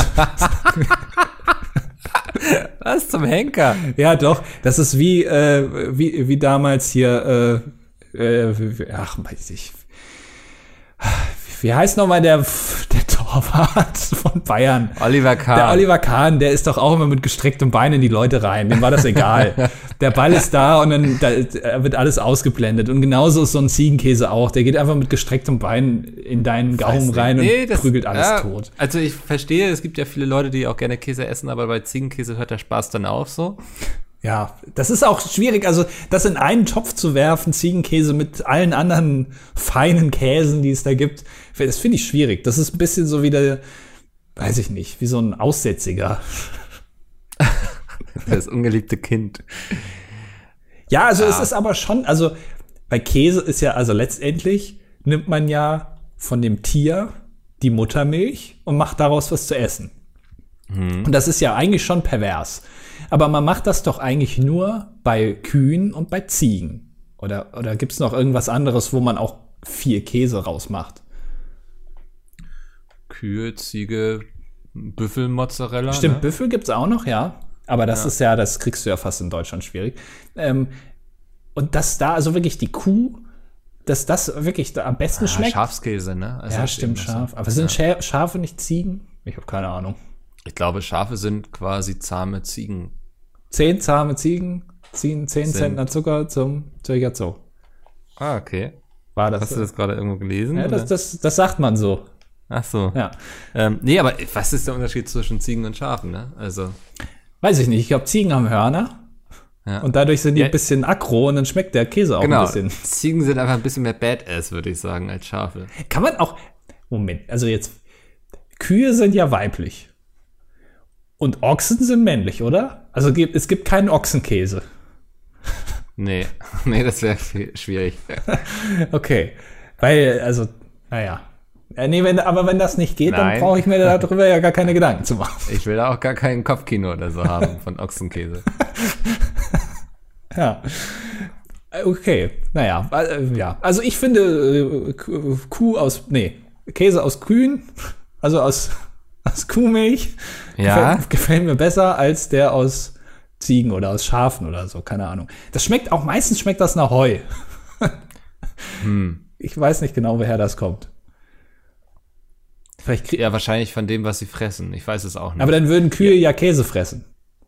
Was zum Henker? Ja, doch, das ist wie damals hier, weiß ich. Wie heißt nochmal der Torwart von Bayern? Oliver Kahn. Der Oliver Kahn, der ist doch auch immer mit gestrecktem Bein in die Leute rein. Dem war das egal. Der Ball ist da und dann wird alles ausgeblendet. Und genauso ist so ein Ziegenkäse auch. Der geht einfach mit gestrecktem Bein in deinen Gaumen rein und prügelt alles tot. Also ich verstehe, es gibt ja viele Leute, die auch gerne Käse essen, aber bei Ziegenkäse hört der Spaß dann auf so. Ja, das ist auch schwierig, also das in einen Topf zu werfen, Ziegenkäse mit allen anderen feinen Käsen, die es da gibt, das finde ich schwierig. Das ist ein bisschen so wie weiß ich nicht, wie so ein Aussätziger. Das ungeliebte Kind. Ja, also es ist aber schon, also bei Käse ist ja, also letztendlich nimmt man ja von dem Tier die Muttermilch und macht daraus was zu essen. Und das ist ja eigentlich schon pervers. Aber man macht das doch eigentlich nur bei Kühen und bei Ziegen. Oder gibt's noch irgendwas anderes, wo man auch viel Käse rausmacht? Kühe, Ziege, Büffel, Mozzarella. Stimmt, ne? Büffel gibt's auch noch, ja. Aber das ist ja, das kriegst du ja fast in Deutschland schwierig. Und dass da also wirklich die Kuh, dass das wirklich da am besten schmeckt. Schafskäse, ne? Also ja, stimmt, Schaf. Aber sind Schafe nicht Ziegen? Ich habe keine Ahnung. Ich glaube, Schafe sind quasi zahme Ziegen. 10 zahme Ziegen ziehen 10 Zentner Zucker zum Zürcher Zoo. Ah, okay. War das Hast du das gerade irgendwo gelesen? Ja, das sagt man so. Ach so. Ja. Nee, aber was ist der Unterschied zwischen Ziegen und Schafen, ne? Also. Weiß ich nicht. Ich glaube, Ziegen haben Hörner. Ja. Und dadurch sind die ein bisschen aggro und dann schmeckt der Käse auch ein bisschen. Ziegen sind einfach ein bisschen mehr Badass, würde ich sagen, als Schafe. Kann man auch. Moment, also jetzt. Kühe sind ja weiblich. Und Ochsen sind männlich, oder? Also es gibt keinen Ochsenkäse. Nee, das wäre schwierig. Okay. Weil, also, naja. Nee, wenn das nicht geht, dann brauche ich mir darüber ja gar keine Gedanken zu machen. Ich will da auch gar kein Kopfkino oder so haben von Ochsenkäse. Ja. Okay, naja. Ja. Also ich finde Käse aus Kühen, also aus Kuhmilch, gefällt mir besser als der aus Ziegen oder aus Schafen oder so, keine Ahnung. Das schmeckt auch, meistens schmeckt das nach Heu. Ich weiß nicht genau, woher das kommt. Ja, wahrscheinlich von dem, was sie fressen. Ich weiß es auch nicht. Aber dann würden Kühe ja Käse fressen.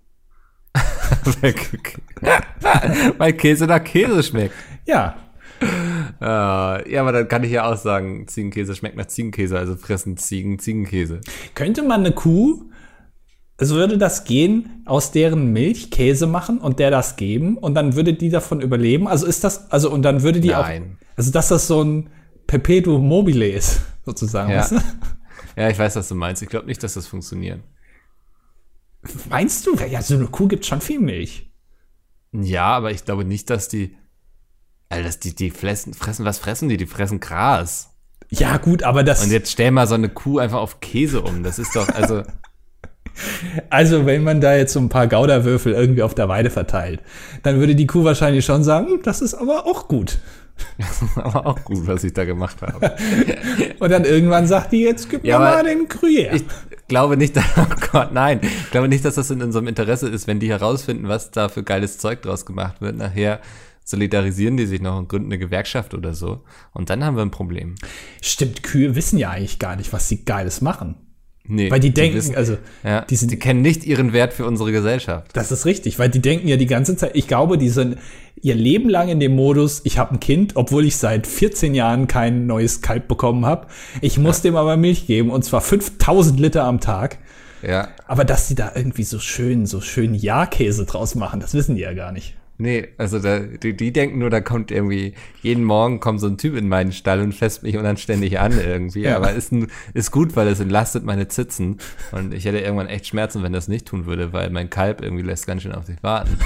Weil Käse nach Käse schmeckt. Ja. Ja, aber dann kann ich ja auch sagen, Ziegenkäse schmeckt nach Ziegenkäse, also fressen Ziegen Ziegenkäse. Könnte man eine Kuh, also würde das gehen, aus deren Milch Käse machen und der das geben und dann würde die davon überleben? Also ist das, also und dann würde die Nein. auch, also dass das so ein Perpetuum mobile ist, sozusagen, ja. Weißt du? Ja, ich weiß, was du meinst. Ich glaube nicht, dass das funktioniert. Meinst du? Ja, so eine Kuh gibt schon viel Milch. Ja, aber ich glaube nicht, dass die fressen, was fressen die? Die fressen Gras. Ja, gut, aber das. Und jetzt stell mal so eine Kuh einfach auf Käse um. Das ist doch, also. Also, wenn man da jetzt so ein paar Gouda-Würfel irgendwie auf der Weide verteilt, dann würde die Kuh wahrscheinlich schon sagen, das ist aber auch gut. Aber auch gut, was ich da gemacht habe. Und dann irgendwann sagt die, jetzt gib mir mal den Gruyère. Ich glaube nicht, oh Gott, nein. Ich glaube nicht, dass das in unserem Interesse ist, wenn die herausfinden, was da für geiles Zeug draus gemacht wird. Nachher solidarisieren die sich noch und gründen eine Gewerkschaft oder so. Und dann haben wir ein Problem. Stimmt, Kühe wissen ja eigentlich gar nicht, was sie Geiles machen. Nee, weil die denken, wissen, also die kennen nicht ihren Wert für unsere Gesellschaft. Das ist richtig, weil die denken ja die ganze Zeit, ich glaube, die sind ihr Leben lang in dem Modus, ich habe ein Kind, obwohl ich seit 14 Jahren kein neues Kalb bekommen habe. Ich muss dem aber Milch geben und zwar 5000 Liter am Tag. Ja. Aber dass die da irgendwie so schön Ja-Käse draus machen, das wissen die ja gar nicht. Nee, also die denken nur, da kommt irgendwie, jeden Morgen kommt so ein Typ in meinen Stall und fässt mich unanständig an irgendwie. Ja. Aber ist gut, weil es entlastet meine Zitzen. Und ich hätte irgendwann echt Schmerzen, wenn das nicht tun würde, weil mein Kalb irgendwie lässt ganz schön auf sich warten.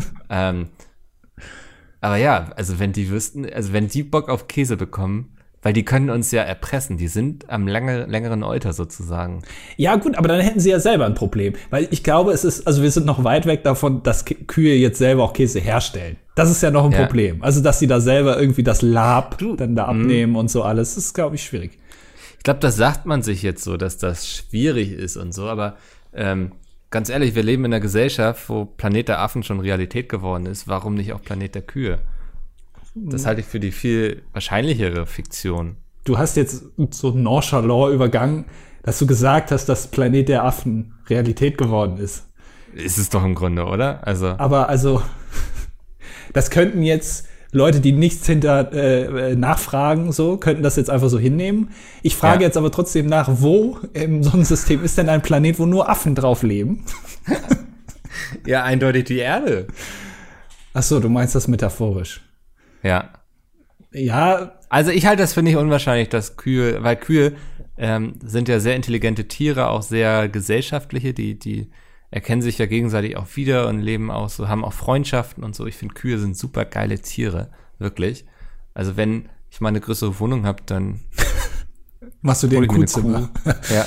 Aber ja, also wenn die Bock auf Käse bekommen, weil die können uns ja erpressen, die sind am längeren Euter sozusagen. Ja gut, aber dann hätten sie ja selber ein Problem. Weil ich glaube, wir sind noch weit weg davon, dass Kühe jetzt selber auch Käse herstellen. Das ist ja noch ein Problem. Also, dass sie da selber irgendwie das Lab dann da abnehmen und so alles, das ist, glaube ich, schwierig. Ich glaube, das sagt man sich jetzt so, dass das schwierig ist und so, aber ganz ehrlich, wir leben in einer Gesellschaft, wo Planet der Affen schon Realität geworden ist. Warum nicht auch Planet der Kühe? Das halte ich für die viel wahrscheinlichere Fiktion. Du hast jetzt so nonchalant übergangen, dass du gesagt hast, dass Planet der Affen Realität geworden ist. Ist es doch im Grunde, oder? Aber das könnten jetzt Leute, die nichts hinter nachfragen, so, könnten das jetzt einfach so hinnehmen. Ich frage jetzt aber trotzdem nach, wo im Sonnensystem ist denn ein Planet, wo nur Affen drauf leben? Ja, eindeutig die Erde. Ach so, du meinst das metaphorisch. Ja. Ja. Also ich halte das für nicht unwahrscheinlich, dass Kühe sind ja sehr intelligente Tiere, auch sehr gesellschaftliche, die erkennen sich ja gegenseitig auch wieder und leben auch so, haben auch Freundschaften und so. Ich finde, Kühe sind super geile Tiere, wirklich. Also wenn ich mal eine größere Wohnung habe, dann machst du dir ein Kuhzimmer. Ja.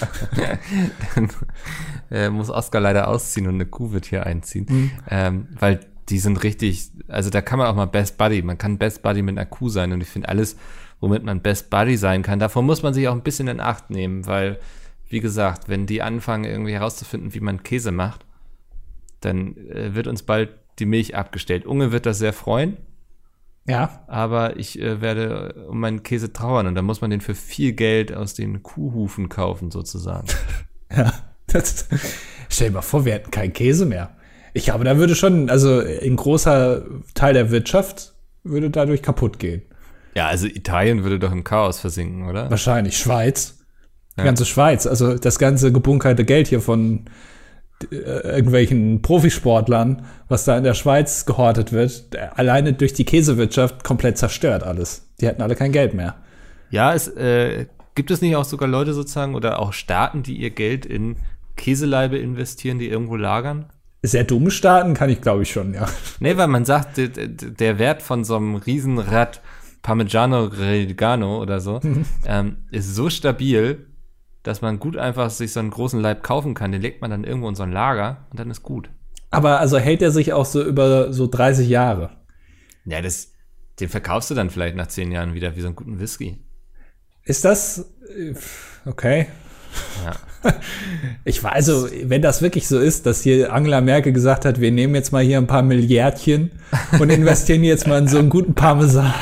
Dann muss Oskar leider ausziehen und eine Kuh wird hier einziehen. Weil die sind richtig, also da kann man auch mal Best Buddy, man kann Best Buddy mit einer Kuh sein und ich finde alles, womit man Best Buddy sein kann, davor muss man sich auch ein bisschen in Acht nehmen, weil, wie gesagt, wenn die anfangen irgendwie herauszufinden, wie man Käse macht, dann wird uns bald die Milch abgestellt. Unge wird das sehr freuen. Ja. Aber ich werde um meinen Käse trauern und da muss man den für viel Geld aus den Kuhhufen kaufen, sozusagen. Ja, stell dir mal vor, wir hätten keinen Käse mehr. Ich glaube, da würde schon, also ein großer Teil der Wirtschaft würde dadurch kaputt gehen. Ja, also Italien würde doch im Chaos versinken, oder? Wahrscheinlich. Schweiz. Die ganze Schweiz. Also das ganze gebunkerte Geld hier von irgendwelchen Profisportlern, was da in der Schweiz gehortet wird, alleine durch die Käsewirtschaft komplett zerstört alles. Die hätten alle kein Geld mehr. Ja, gibt es nicht auch sogar Leute sozusagen oder auch Staaten, die ihr Geld in Käselaibe investieren, die irgendwo lagern? Sehr dumme Staaten kann ich, glaube ich, schon, ja. Nee, weil man sagt, der Wert von so einem Riesenrad Parmigiano Reggiano oder so ist so stabil, dass man gut einfach sich so einen großen Leib kaufen kann. Den legt man dann irgendwo in so ein Lager und dann ist gut. Aber also hält er sich auch so über so 30 Jahre? Ja, den verkaufst du dann vielleicht nach 10 Jahren wieder wie so einen guten Whisky. Ist das okay? Ja. Ich weiß, also, wenn das wirklich so ist, dass hier Angela Merkel gesagt hat, wir nehmen jetzt mal hier ein paar Milliardchen und investieren jetzt mal in so einen guten Parmesan.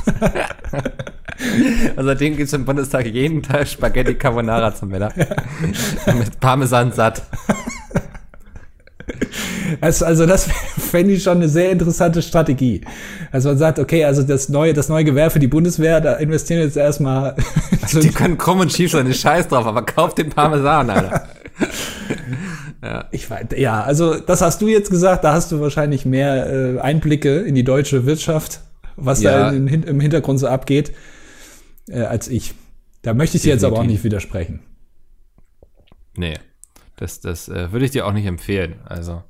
Außerdem gibt es im Bundestag jeden Tag Spaghetti Carbonara zum Mittag. Ja. Mit Parmesan satt. Also das fände ich schon eine sehr interessante Strategie. Also man sagt, okay, also das neue Gewehr für die Bundeswehr, da investieren wir jetzt erstmal. Die können krumm und schief sein, ist scheiß drauf, aber kauft den Parmesan, Alter. Ja. Ich weiß, ja, also das hast du jetzt gesagt, da hast du wahrscheinlich mehr Einblicke in die deutsche Wirtschaft, was da im Hintergrund so abgeht, als ich. Da möchte ich dir jetzt aber auch nicht widersprechen. Nee, das würde ich dir auch nicht empfehlen. Also,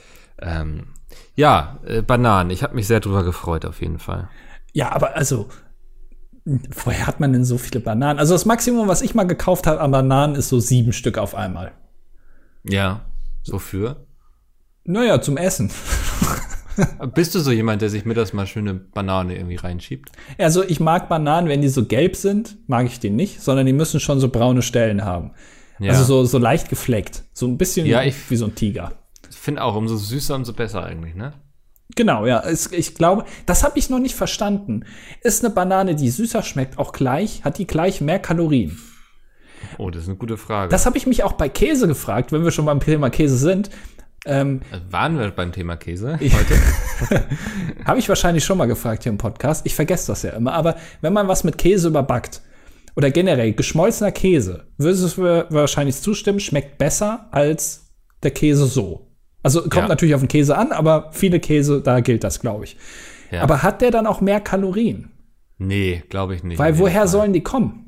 Bananen. Ich habe mich sehr drüber gefreut, auf jeden Fall. Ja, aber also, woher hat man denn so viele Bananen? Also das Maximum, was ich mal gekauft habe an Bananen, ist so 7 Stück auf einmal. Ja, so für? Naja, zum Essen. Bist du so jemand, der sich mittags mal schöne Banane irgendwie reinschiebt? Also ich mag Bananen, wenn die so gelb sind, mag ich die nicht, sondern die müssen schon so braune Stellen haben. Ja. Also so leicht gefleckt. So ein bisschen wie so ein Tiger. Ich finde auch, umso süßer, umso besser eigentlich, ne? Genau, ja. Ich glaube, das habe ich noch nicht verstanden. Ist eine Banane, die süßer schmeckt, auch gleich, hat die gleich mehr Kalorien? Oh, das ist eine gute Frage. Das habe ich mich auch bei Käse gefragt, wenn wir schon beim Thema Käse sind. Waren wir beim Thema Käse heute? Habe ich wahrscheinlich schon mal gefragt hier im Podcast. Ich vergesse das ja immer. Aber wenn man was mit Käse überbackt oder generell geschmolzener Käse, würdest du wahrscheinlich zustimmen, schmeckt besser als der Käse so. Also kommt natürlich auf den Käse an, aber viele Käse, da gilt das, glaube ich. Ja. Aber hat der dann auch mehr Kalorien? Nee, glaube ich nicht. Weil woher sollen die kommen?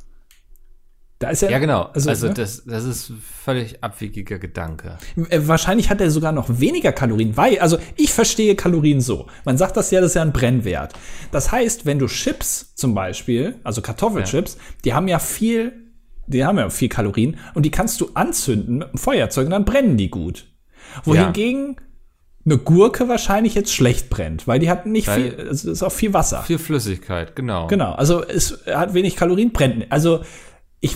Da ist ja, genau. Also ne? das ist völlig abwegiger Gedanke. Wahrscheinlich hat er sogar noch weniger Kalorien, weil, also ich verstehe Kalorien so. Man sagt das ist ja ein Brennwert. Das heißt, wenn du Chips zum Beispiel, also Kartoffelchips, die haben ja viel Kalorien und die kannst du anzünden mit einem Feuerzeug und dann brennen die gut. Wohingegen eine Gurke wahrscheinlich jetzt schlecht brennt, weil die hat nicht viel, es ist auch viel Wasser. Viel Flüssigkeit, genau. Genau, also es hat wenig Kalorien, brennt. Also ich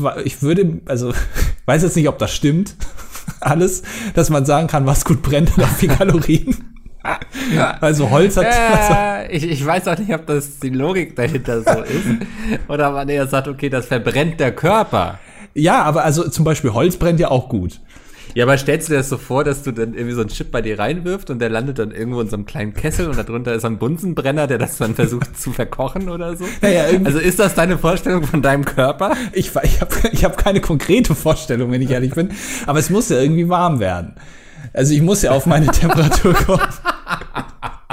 weiß jetzt nicht, ob das stimmt, alles, dass man sagen kann, was gut brennt, hat viel Kalorien. Also Holz hat... Ich weiß auch nicht, ob das die Logik dahinter so ist. Oder man eher sagt, okay, das verbrennt der Körper. Ja, aber also zum Beispiel Holz brennt ja auch gut. Ja, aber stellst du dir das so vor, dass du dann irgendwie so einen Chip bei dir reinwirfst und der landet dann irgendwo in so einem kleinen Kessel und darunter ist ein Bunsenbrenner, der das dann versucht zu verkochen oder so? Naja, also ist das deine Vorstellung von deinem Körper? Ich hab keine konkrete Vorstellung, wenn ich ehrlich bin, aber es muss ja irgendwie warm werden. Also ich muss ja auf meine Temperatur kommen.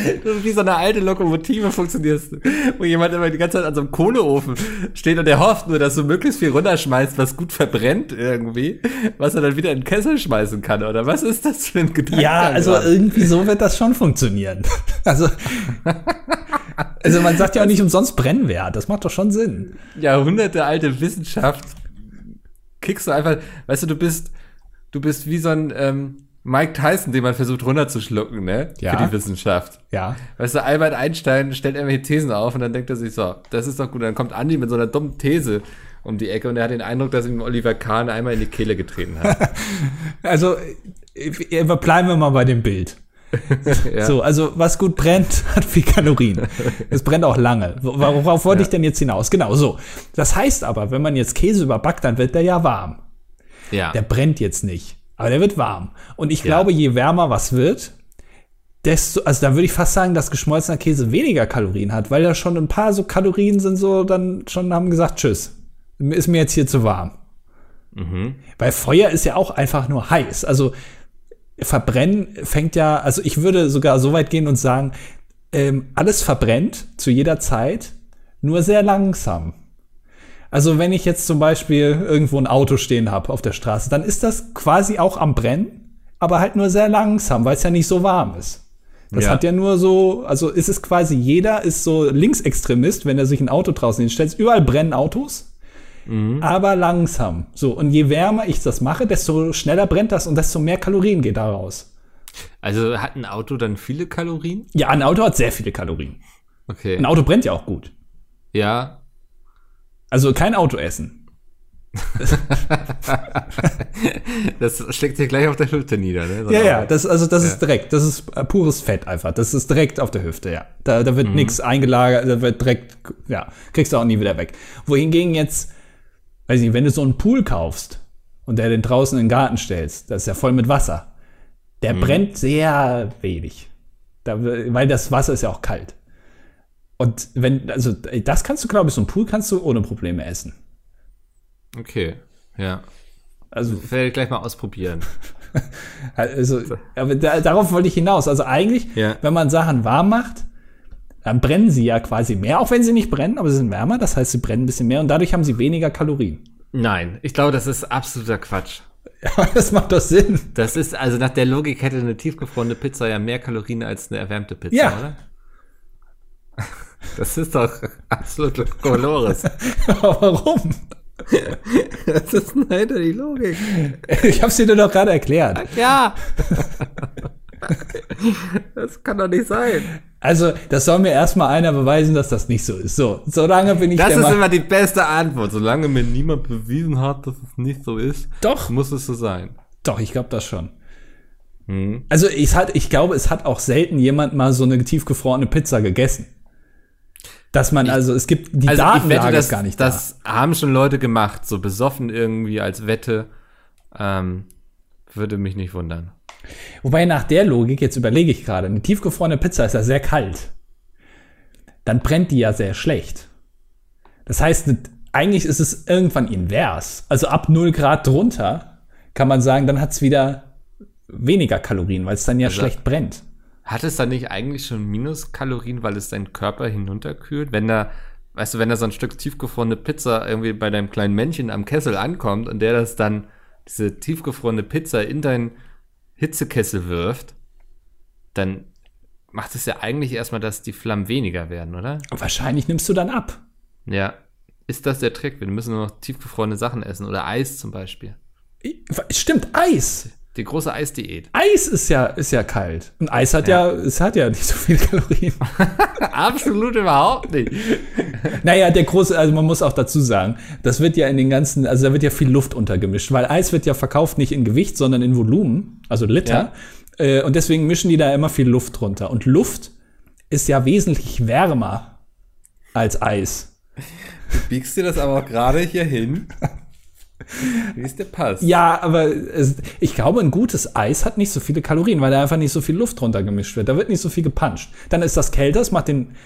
Wie so eine alte Lokomotive funktionierst du. Wo jemand immer die ganze Zeit an so einem Kohleofen steht und der hofft nur, dass du möglichst viel runterschmeißt, was gut verbrennt irgendwie, was er dann wieder in den Kessel schmeißen kann, oder was ist das für ein Gedanke? Ja, also irgendwie so wird das schon funktionieren. Also man sagt ja auch nicht umsonst Brennwert, das macht doch schon Sinn. Jahrhunderte alte Wissenschaft kickst du einfach, weißt du bist wie so ein Mike Tyson, den man versucht runterzuschlucken, ne? Ja. Für die Wissenschaft. Ja. Weißt du, Albert Einstein stellt irgendwelche Thesen auf und dann denkt er sich so, das ist doch gut. Und dann kommt Andi mit so einer dummen These um die Ecke und er hat den Eindruck, dass ihm Oliver Kahn einmal in die Kehle getreten hat. Also, bleiben wir mal bei dem Bild. Ja. So, also was gut brennt, hat viel Kalorien. Es brennt auch lange. Worauf wollte ich denn jetzt hinaus? Genau, so. Das heißt aber, wenn man jetzt Käse überbackt, dann wird der ja warm. Ja. Der brennt jetzt nicht, aber der wird warm. Und ich glaube, je wärmer was wird, desto, also da würde ich fast sagen, dass geschmolzener Käse weniger Kalorien hat, weil da schon ein paar so Kalorien sind, so dann schon haben gesagt, tschüss, ist mir jetzt hier zu warm. Mhm. Weil Feuer ist ja auch einfach nur heiß. Also Verbrennen fängt ja, also ich würde sogar so weit gehen und sagen, alles verbrennt zu jeder Zeit, nur sehr langsam. Also wenn ich jetzt zum Beispiel irgendwo ein Auto stehen habe auf der Straße, dann ist das quasi auch am Brennen, aber halt nur sehr langsam, weil es ja nicht so warm ist. Das hat ja nur so, also ist es quasi, jeder ist so Linksextremist, wenn er sich ein Auto draußen hinstellt. Überall brennen Autos, aber langsam. So, und je wärmer ich das mache, desto schneller brennt das und desto mehr Kalorien geht da raus. Also hat ein Auto dann viele Kalorien? Ja, ein Auto hat sehr viele Kalorien. Okay. Ein Auto brennt ja auch gut. Ja. Also kein Auto essen. Das schlägt dir gleich auf der Hüfte nieder, ne? So Ja, das ist direkt, das ist pures Fett einfach. Das ist direkt auf der Hüfte, ja. Da wird nichts eingelagert, da wird direkt, ja, kriegst du auch nie wieder weg. Wohingegen jetzt, weiß nicht, wenn du so einen Pool kaufst und der den draußen in den Garten stellst, das ist ja voll mit Wasser. Der brennt sehr wenig. Weil das Wasser ist ja auch kalt. Und also das kannst du, glaube ich, so einen Pool kannst du ohne Probleme essen. Okay, ja. Also werde ich gleich mal ausprobieren. Also, aber darauf wollte ich hinaus. Also eigentlich, wenn man Sachen warm macht, dann brennen sie ja quasi mehr, auch wenn sie nicht brennen, aber sie sind wärmer. Das heißt, sie brennen ein bisschen mehr und dadurch haben sie weniger Kalorien. Nein, ich glaube, das ist absoluter Quatsch. Ja, das macht doch Sinn. Das ist, also nach der Logik hätte eine tiefgefrorene Pizza ja mehr Kalorien als eine erwärmte Pizza, oder? Das ist doch absolut Kokolores. Aber warum? Das ist leider die Logik. Ich hab's dir doch gerade erklärt. Ja. Das kann doch nicht sein. Also, das soll mir erstmal einer beweisen, dass das nicht so ist. So, solange bin ich das ist immer die beste Antwort. Solange mir niemand bewiesen hat, dass es nicht so ist, muss es so sein. Doch, ich glaube das schon. Also, ich glaube, es hat auch selten jemand mal so eine tiefgefrorene Pizza gegessen. Dass man, es gibt, die Datenlage ist gar nicht da. Das haben schon Leute gemacht, so besoffen irgendwie als Wette. Würde mich nicht wundern. Wobei nach der Logik, jetzt überlege ich gerade, eine tiefgefrorene Pizza ist ja sehr kalt. Dann brennt die ja sehr schlecht. Das heißt, eigentlich ist es irgendwann invers. Also ab 0 Grad drunter kann man sagen, dann hat es wieder weniger Kalorien, weil es dann ja schlecht brennt. Hat es dann nicht eigentlich schon Minuskalorien, weil es deinen Körper hinunterkühlt? Wenn da so ein Stück tiefgefrorene Pizza irgendwie bei deinem kleinen Männchen am Kessel ankommt und der das dann, diese tiefgefrorene Pizza in deinen Hitzekessel wirft, dann macht es ja eigentlich erstmal, dass die Flammen weniger werden, oder? Wahrscheinlich nimmst du dann ab. Ja. Ist das der Trick? Wir müssen nur noch tiefgefrorene Sachen essen oder Eis zum Beispiel. Stimmt, Eis. Die große Eisdiät. Eis ist ja kalt. Und Eis hat ja nicht so viele Kalorien. Absolut überhaupt nicht. Naja, also man muss auch dazu sagen, das wird ja in den ganzen, also da wird ja viel Luft untergemischt, weil Eis wird ja verkauft nicht in Gewicht, sondern in Volumen, also Liter. Ja. Und deswegen mischen die da immer viel Luft drunter. Und Luft ist ja wesentlich wärmer als Eis. Du biegst dir das aber auch gerade hier hin. Wie es dir passt. Ja, aber ich glaube, ein gutes Eis hat nicht so viele Kalorien, weil da einfach nicht so viel Luft drunter gemischt wird. Da wird nicht so viel gepanscht. Dann ist das kälter, das macht und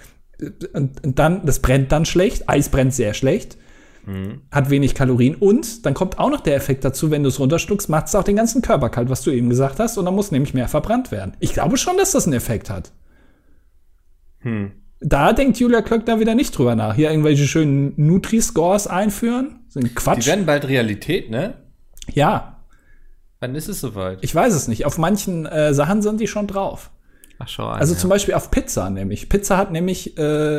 dann, das brennt dann schlecht. Eis brennt sehr schlecht, hat wenig Kalorien und dann kommt auch noch der Effekt dazu, wenn du es runterschluckst, macht es auch den ganzen Körper kalt, was du eben gesagt hast, und dann muss nämlich mehr verbrannt werden. Ich glaube schon, dass das einen Effekt hat. Da denkt Julia Klöckner wieder nicht drüber nach. Hier irgendwelche schönen Nutri-Scores einführen. Sind Quatsch. Die werden bald Realität, ne? Ja. Wann ist es soweit? Ich weiß es nicht. Auf manchen Sachen sind die schon drauf. Ach, schau an. Also zum Beispiel auf Pizza nämlich. Pizza hat nämlich,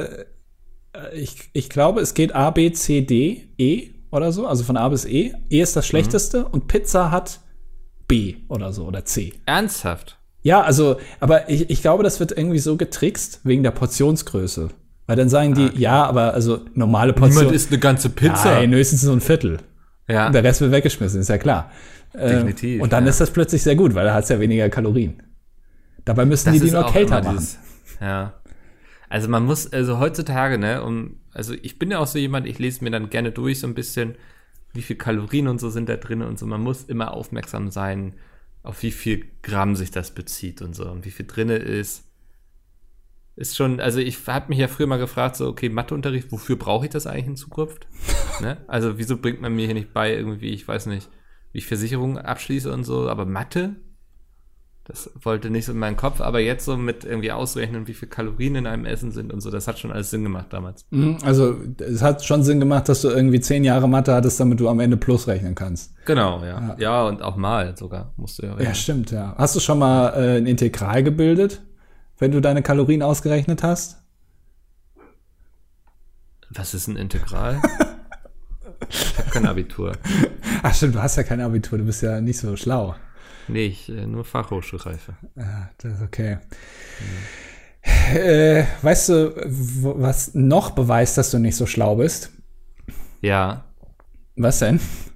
ich glaube, es geht A, B, C, D, E oder so. Also von A bis E. E ist das Schlechteste und Pizza hat B oder so oder C. Ernsthaft? Ja, also, aber ich glaube, das wird irgendwie so getrickst wegen der Portionsgröße. Weil dann sagen die, ja, aber also normale Portion. Niemand isst eine ganze Pizza. Nein, höchstens so ein Viertel. Ja. Und der Rest wird weggeschmissen, ist ja klar. Definitiv. Und dann ist das plötzlich sehr gut, weil da hat es ja weniger Kalorien. Dabei müssen die nur kälter machen. Ja. Also man muss, also heutzutage, ne, also ich bin ja auch so jemand, ich lese mir dann gerne durch so ein bisschen, wie viel Kalorien und so sind da drin und so. Man muss immer aufmerksam sein, auf wie viel Gramm sich das bezieht und so und wie viel drinne ist. Ist schon, also ich habe mich ja früher mal gefragt, so, okay, Matheunterricht, wofür brauche ich das eigentlich in Zukunft? Ne? Also wieso bringt man mir hier nicht bei, irgendwie, ich weiß nicht, wie ich Versicherungen abschließe und so, aber Mathe? Das wollte nicht so in meinen Kopf, aber jetzt so mit irgendwie ausrechnen, wie viel Kalorien in einem Essen sind und so, das hat schon alles Sinn gemacht damals. Also es hat schon Sinn gemacht, dass du irgendwie 10 Jahre Mathe hattest, damit du am Ende Plus rechnen kannst. Genau, ja. Ja, und auch mal sogar musst du ja rechnen. Ja, stimmt, ja. Hast du schon mal ein Integral gebildet, wenn du deine Kalorien ausgerechnet hast? Was ist ein Integral? Ich habe kein Abitur. Ach stimmt, du hast ja kein Abitur, du bist ja nicht so schlau. Nee, nur Fachhochschulreife. Ah, das ist okay. Weißt du, was noch beweist, dass du nicht so schlau bist? Ja. Was denn?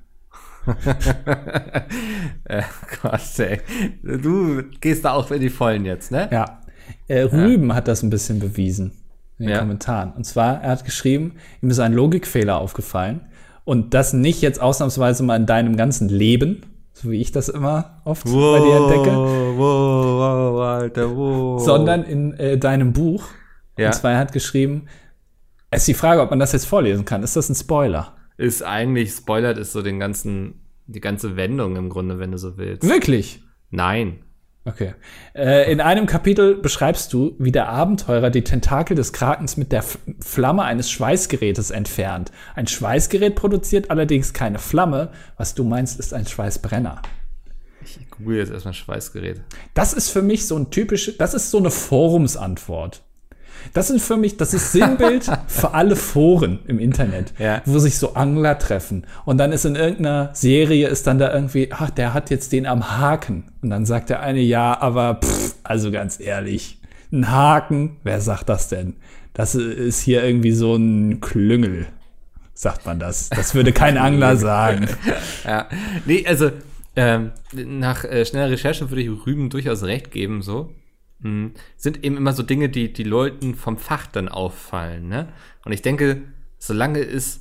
Gott, ey. Du gehst da auch in die Vollen jetzt, ne? Ja. Rüben hat das ein bisschen bewiesen in den Ja. Kommentaren. Und zwar, er hat geschrieben, ihm ist ein Logikfehler aufgefallen. Und das nicht jetzt ausnahmsweise mal in deinem ganzen Leben, so wie ich das immer oft bei dir entdecke, Wow, Alter, wow. sondern in deinem Buch. Ja. Und zwar, er hat geschrieben, es ist die Frage, ob man das jetzt vorlesen kann. Ist das ein Spoiler? Ist eigentlich, spoilert ist so die ganze Wendung im Grunde, wenn du so willst. Wirklich? Nein. Okay. In einem Kapitel beschreibst du, wie der Abenteurer die Tentakel des Krakens mit der Flamme eines Schweißgerätes entfernt. Ein Schweißgerät produziert allerdings keine Flamme. Was du meinst, ist ein Schweißbrenner. Ich google jetzt erstmal Schweißgerät. Das ist für mich so das ist so eine Forumsantwort. Das ist Sinnbild für alle Foren im Internet, Ja. wo sich so Angler treffen. Und dann ist in irgendeiner Serie ist dann da irgendwie, ach, der hat jetzt den am Haken. Und dann sagt der eine, ja, aber also ganz ehrlich, ein Haken, wer sagt das denn? Das ist hier irgendwie so ein Klüngel, sagt man das. Das würde kein Angler sagen. Ja. Nee, also nach schneller Recherche würde ich Rüben durchaus recht geben, so. Sind eben immer so Dinge, die Leuten vom Fach dann auffallen, ne? Und ich denke, solange es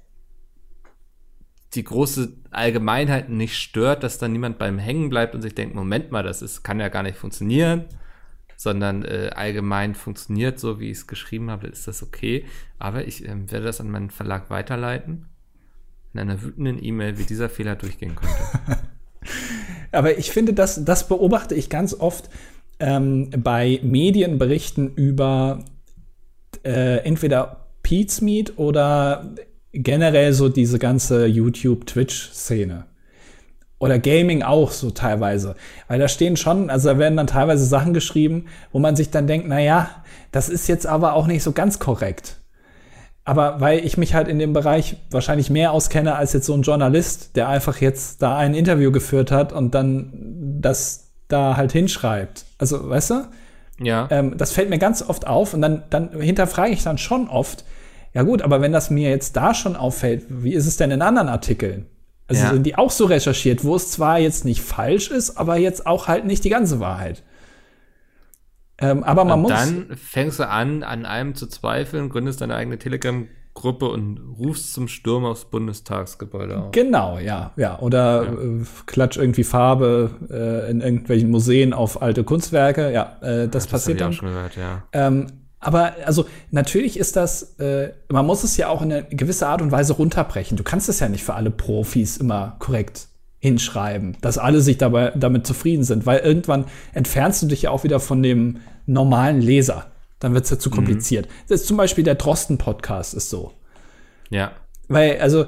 die große Allgemeinheit nicht stört, dass dann niemand beim Hängen bleibt und sich denkt, Moment mal, kann ja gar nicht funktionieren, sondern allgemein funktioniert so, wie ich es geschrieben habe, ist das okay. Aber ich werde das an meinen Verlag weiterleiten, in einer wütenden E-Mail, wie dieser Fehler durchgehen könnte. Aber ich finde, das beobachte ich ganz oft bei Medienberichten über entweder Pete's Meat oder generell so diese ganze YouTube-Twitch-Szene. Oder Gaming auch so teilweise. Weil da stehen schon, also da werden dann teilweise Sachen geschrieben, wo man sich dann denkt, naja, das ist jetzt aber auch nicht so ganz korrekt. Aber weil ich mich halt in dem Bereich wahrscheinlich mehr auskenne als jetzt so ein Journalist, der einfach jetzt da ein Interview geführt hat und dann das da halt hinschreibt. Also, weißt du? Ja. Das fällt mir ganz oft auf und dann hinterfrage ich dann schon oft, ja gut, aber wenn das mir jetzt da schon auffällt, wie ist es denn in anderen Artikeln? Also sind die auch so recherchiert, wo es zwar jetzt nicht falsch ist, aber jetzt auch halt nicht die ganze Wahrheit. Aber man muss. Dann fängst du an einem zu zweifeln, gründest deine eigene Telegram-Gruppe und rufst zum Sturm aufs Bundestagsgebäude auf. Genau, ja. Oder klatsch irgendwie Farbe in irgendwelchen Museen auf alte Kunstwerke. Ja, das passiert dann. Das habe ich auch schon gehört, ja. Aber also natürlich ist das, man muss es ja auch in eine gewisse Art und Weise runterbrechen. Du kannst es ja nicht für alle Profis immer korrekt hinschreiben, dass alle sich damit zufrieden sind, weil irgendwann entfernst du dich ja auch wieder von dem normalen Leser, dann wird es ja zu kompliziert. Das ist zum Beispiel der Drosten-Podcast ist so. Ja. Weil, also,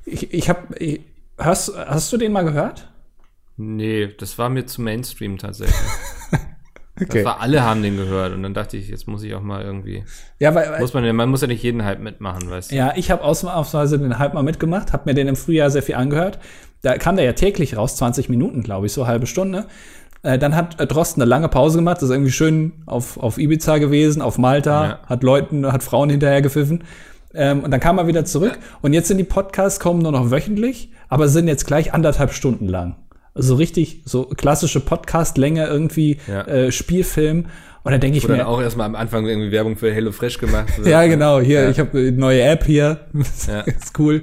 hast du den mal gehört? Nee, das war mir zu Mainstream tatsächlich. Okay. Alle haben den gehört und dann dachte ich, jetzt muss ich auch mal irgendwie. Ja, weil Man muss ja nicht jeden Hype mitmachen, weißt du? Ja, ich habe ausnahmsweise den Hype mal mitgemacht, habe mir den im Frühjahr sehr viel angehört. Da kam der ja täglich raus, 20 Minuten, glaube ich, so halbe Stunde. Dann hat Drosten eine lange Pause gemacht, ist irgendwie schön auf Ibiza gewesen, auf Malta, hat Frauen hinterher gepfiffen. Und dann kam er wieder zurück. Und jetzt sind die Podcasts, kommen nur noch wöchentlich, aber sind jetzt gleich 1,5 Stunden lang. So richtig, so klassische Podcast-Länge irgendwie, Spielfilm. Und dann denke ich mir. Oder dann auch erstmal am Anfang irgendwie Werbung für HelloFresh gemacht. Ja, genau. Hier, ich habe eine neue App hier. Ja. Ist cool.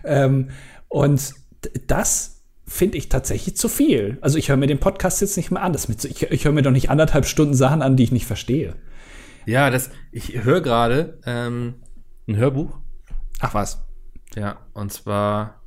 Und das finde ich tatsächlich zu viel. Also ich höre mir den Podcast jetzt nicht mehr an. Ich höre mir doch nicht 1,5 Stunden Sachen an, die ich nicht verstehe. Ja, ich höre gerade ein Hörbuch. Ach was. Ja, und zwar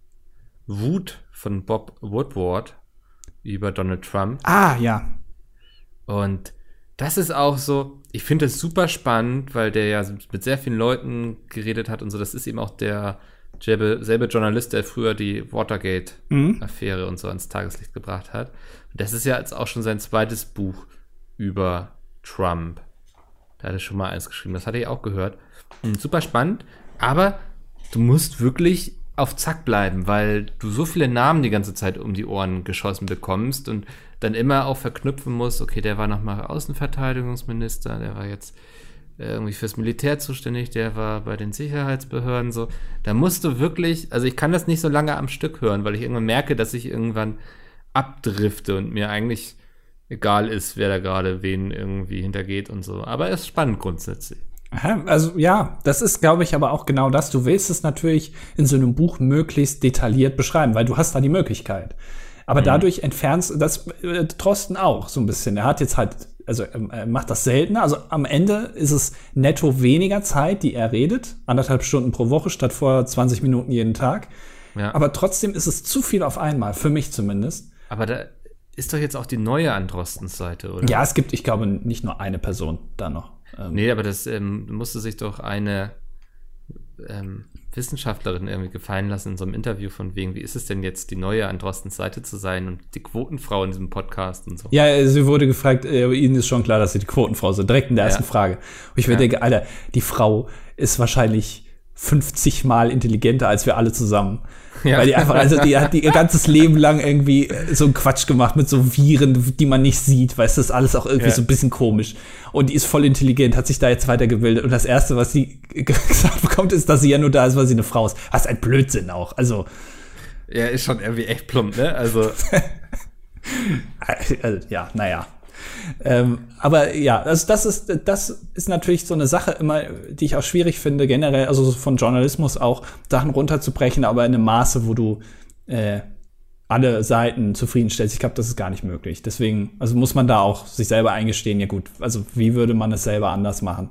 Wut von Bob Woodward über Donald Trump. Ah, ja. Und das ist auch so, ich finde das super spannend, weil der ja mit sehr vielen Leuten geredet hat und so. Das ist eben auch der selbe Journalist, der früher die Watergate-Affäre und so ans Tageslicht gebracht hat. Und das ist ja jetzt auch schon sein zweites Buch über Trump. Da hat er schon mal eins geschrieben, das hatte ich auch gehört. Super spannend, aber du musst wirklich auf Zack bleiben, weil du so viele Namen die ganze Zeit um die Ohren geschossen bekommst und dann immer auch verknüpfen musst, okay, der war nochmal Außenverteidigungsminister, der war jetzt irgendwie fürs Militär zuständig, der war bei den Sicherheitsbehörden so. Da musst du wirklich, also ich kann das nicht so lange am Stück hören, weil ich irgendwann merke, dass ich irgendwann abdrifte und mir eigentlich egal ist, wer da gerade wen irgendwie hintergeht und so. Aber es ist spannend grundsätzlich. Also ja, das ist, glaube ich, aber auch genau das. Du willst es natürlich in so einem Buch möglichst detailliert beschreiben, weil du hast da die Möglichkeit. Aber dadurch entfernst das Drosten auch so ein bisschen. Er hat jetzt halt, also er macht das seltener. Also am Ende ist es netto weniger Zeit, die er redet. 1,5 Stunden pro Woche statt vor 20 Minuten jeden Tag. Ja. Aber trotzdem ist es zu viel auf einmal, für mich zumindest. Aber da ist doch jetzt auch die neue an Drostens Seite, oder? Ja, es gibt, ich glaube, nicht nur eine Person da noch. Nee, aber das musste sich doch eine Wissenschaftlerin irgendwie gefallen lassen in so einem Interview von wegen, wie ist es denn jetzt, die neue an Drostens Seite zu sein und die Quotenfrau in diesem Podcast und so. Ja, sie wurde gefragt, ihnen ist schon klar, dass sie die Quotenfrau sind, direkt in der ersten Frage. Und ich mir denke, Alter, die Frau ist wahrscheinlich 50 Mal intelligenter als wir alle zusammen. Ja. Weil die einfach, also die hat ihr ganzes Leben lang irgendwie so einen Quatsch gemacht mit so Viren, die man nicht sieht, weißt du, das ist alles auch irgendwie so ein bisschen komisch. Und die ist voll intelligent, hat sich da jetzt weitergebildet. Und das Erste, was sie gesagt bekommt, ist, dass sie ja nur da ist, weil sie eine Frau ist. Was ein Blödsinn auch, also. Ja, ist schon irgendwie echt plump, ne? Also. Ja, naja. Aber ja, also das ist natürlich so eine Sache immer, die ich auch schwierig finde, generell, also von Journalismus auch Sachen runterzubrechen, aber in einem Maße, wo du alle Seiten zufriedenstellst. Ich glaube, das ist gar nicht möglich. Deswegen, also muss man da auch sich selber eingestehen, ja gut, also wie würde man es selber anders machen?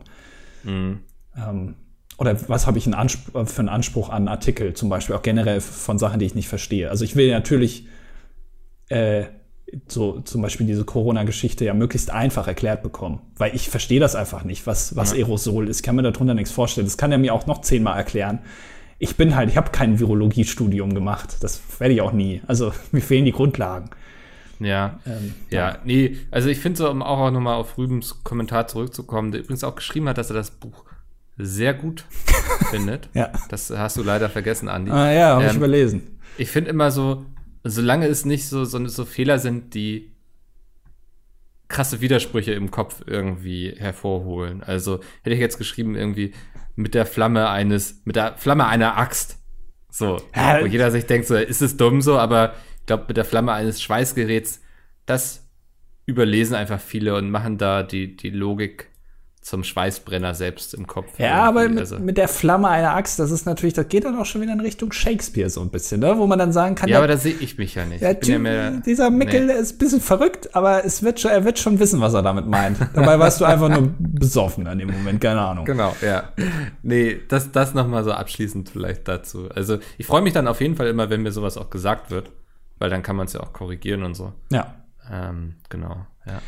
Oder was habe ich für einen Anspruch an Artikel, zum Beispiel auch generell von Sachen, die ich nicht verstehe. Also ich will natürlich so zum Beispiel diese Corona-Geschichte ja möglichst einfach erklärt bekommen. Weil ich verstehe das einfach nicht, was Aerosol ist. Ich kann mir darunter nichts vorstellen. Das kann er mir auch noch 10-mal erklären. Ich habe kein Virologiestudium gemacht. Das werde ich auch nie. Also mir fehlen die Grundlagen. Ja, nee, also ich finde so, um auch nochmal auf Rübens Kommentar zurückzukommen, der übrigens auch geschrieben hat, dass er das Buch sehr gut findet. Ja. Das hast du leider vergessen, Andi. Ah ja, habe ich überlesen. Ich finde immer so, solange es nicht so Fehler sind, die krasse Widersprüche im Kopf irgendwie hervorholen. Also hätte ich jetzt geschrieben irgendwie mit der Flamme einer Axt. So, wo jeder sich denkt, so, ist es dumm so, aber ich glaube, mit der Flamme eines Schweißgeräts, das überlesen einfach viele und machen da die Logik zum Schweißbrenner selbst im Kopf. Ja, aber mit der Flamme einer Axt, das geht dann auch schon wieder in Richtung Shakespeare so ein bisschen, ne? Wo man dann sagen kann, ja, aber da sehe ich mich ja nicht. Dieser Mickel ist ein bisschen verrückt, aber er wird schon wissen, was er damit meint. Dabei warst du einfach nur besoffen in dem Moment, keine Ahnung. Genau, ja. Nee, das nochmal so abschließend vielleicht dazu. Also ich freue mich dann auf jeden Fall immer, wenn mir sowas auch gesagt wird, weil dann kann man es ja auch korrigieren und so. Ja. Genau, ja.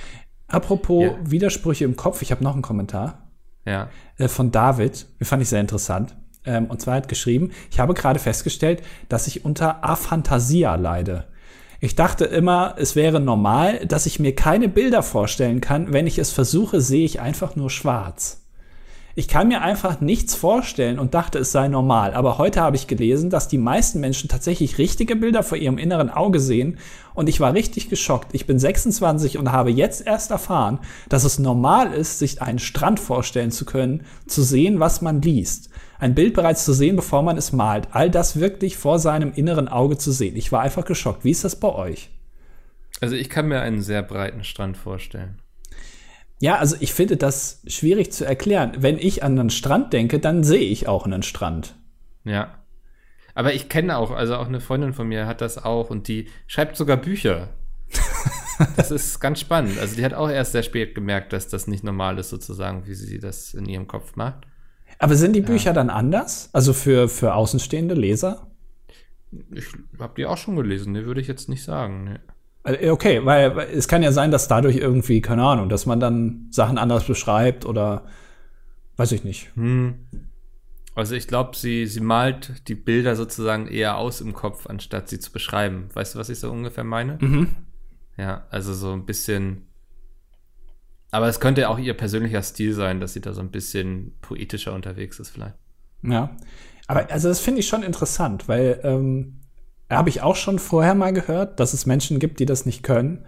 Apropos Widersprüche im Kopf, ich habe noch einen Kommentar. Ja. Von David, den fand ich sehr interessant. Und zwar hat geschrieben, ich habe gerade festgestellt, dass ich unter Aphantasia leide. Ich dachte immer, es wäre normal, dass ich mir keine Bilder vorstellen kann. Wenn ich es versuche, sehe ich einfach nur schwarz. Ich kann mir einfach nichts vorstellen und dachte, es sei normal. Aber heute habe ich gelesen, dass die meisten Menschen tatsächlich richtige Bilder vor ihrem inneren Auge sehen. Und ich war richtig geschockt. Ich bin 26 und habe jetzt erst erfahren, dass es normal ist, sich einen Strand vorstellen zu können, zu sehen, was man liest. Ein Bild bereits zu sehen, bevor man es malt. All das wirklich vor seinem inneren Auge zu sehen. Ich war einfach geschockt. Wie ist das bei euch? Also ich kann mir einen sehr breiten Strand vorstellen. Ja, also ich finde das schwierig zu erklären. Wenn ich an einen Strand denke, dann sehe ich auch einen Strand. Ja. Aber ich kenne auch eine Freundin von mir hat das auch und die schreibt sogar Bücher. Das ist ganz spannend. Also die hat auch erst sehr spät gemerkt, dass das nicht normal ist, sozusagen, wie sie das in ihrem Kopf macht. Aber sind die Bücher dann anders? Also für außenstehende Leser? Ich habe die auch schon gelesen, ne, würde ich jetzt nicht sagen. Ne. Okay, weil es kann ja sein, dass dadurch irgendwie, keine Ahnung, dass man dann Sachen anders beschreibt oder weiß ich nicht. Also ich glaube, sie malt die Bilder sozusagen eher aus im Kopf, anstatt sie zu beschreiben. Weißt du, was ich so ungefähr meine? Mhm. Ja, also so ein bisschen. Aber es könnte auch ihr persönlicher Stil sein, dass sie da so ein bisschen poetischer unterwegs ist vielleicht. Ja, aber also das finde ich schon interessant, weil habe ich auch schon vorher mal gehört, dass es Menschen gibt, die das nicht können.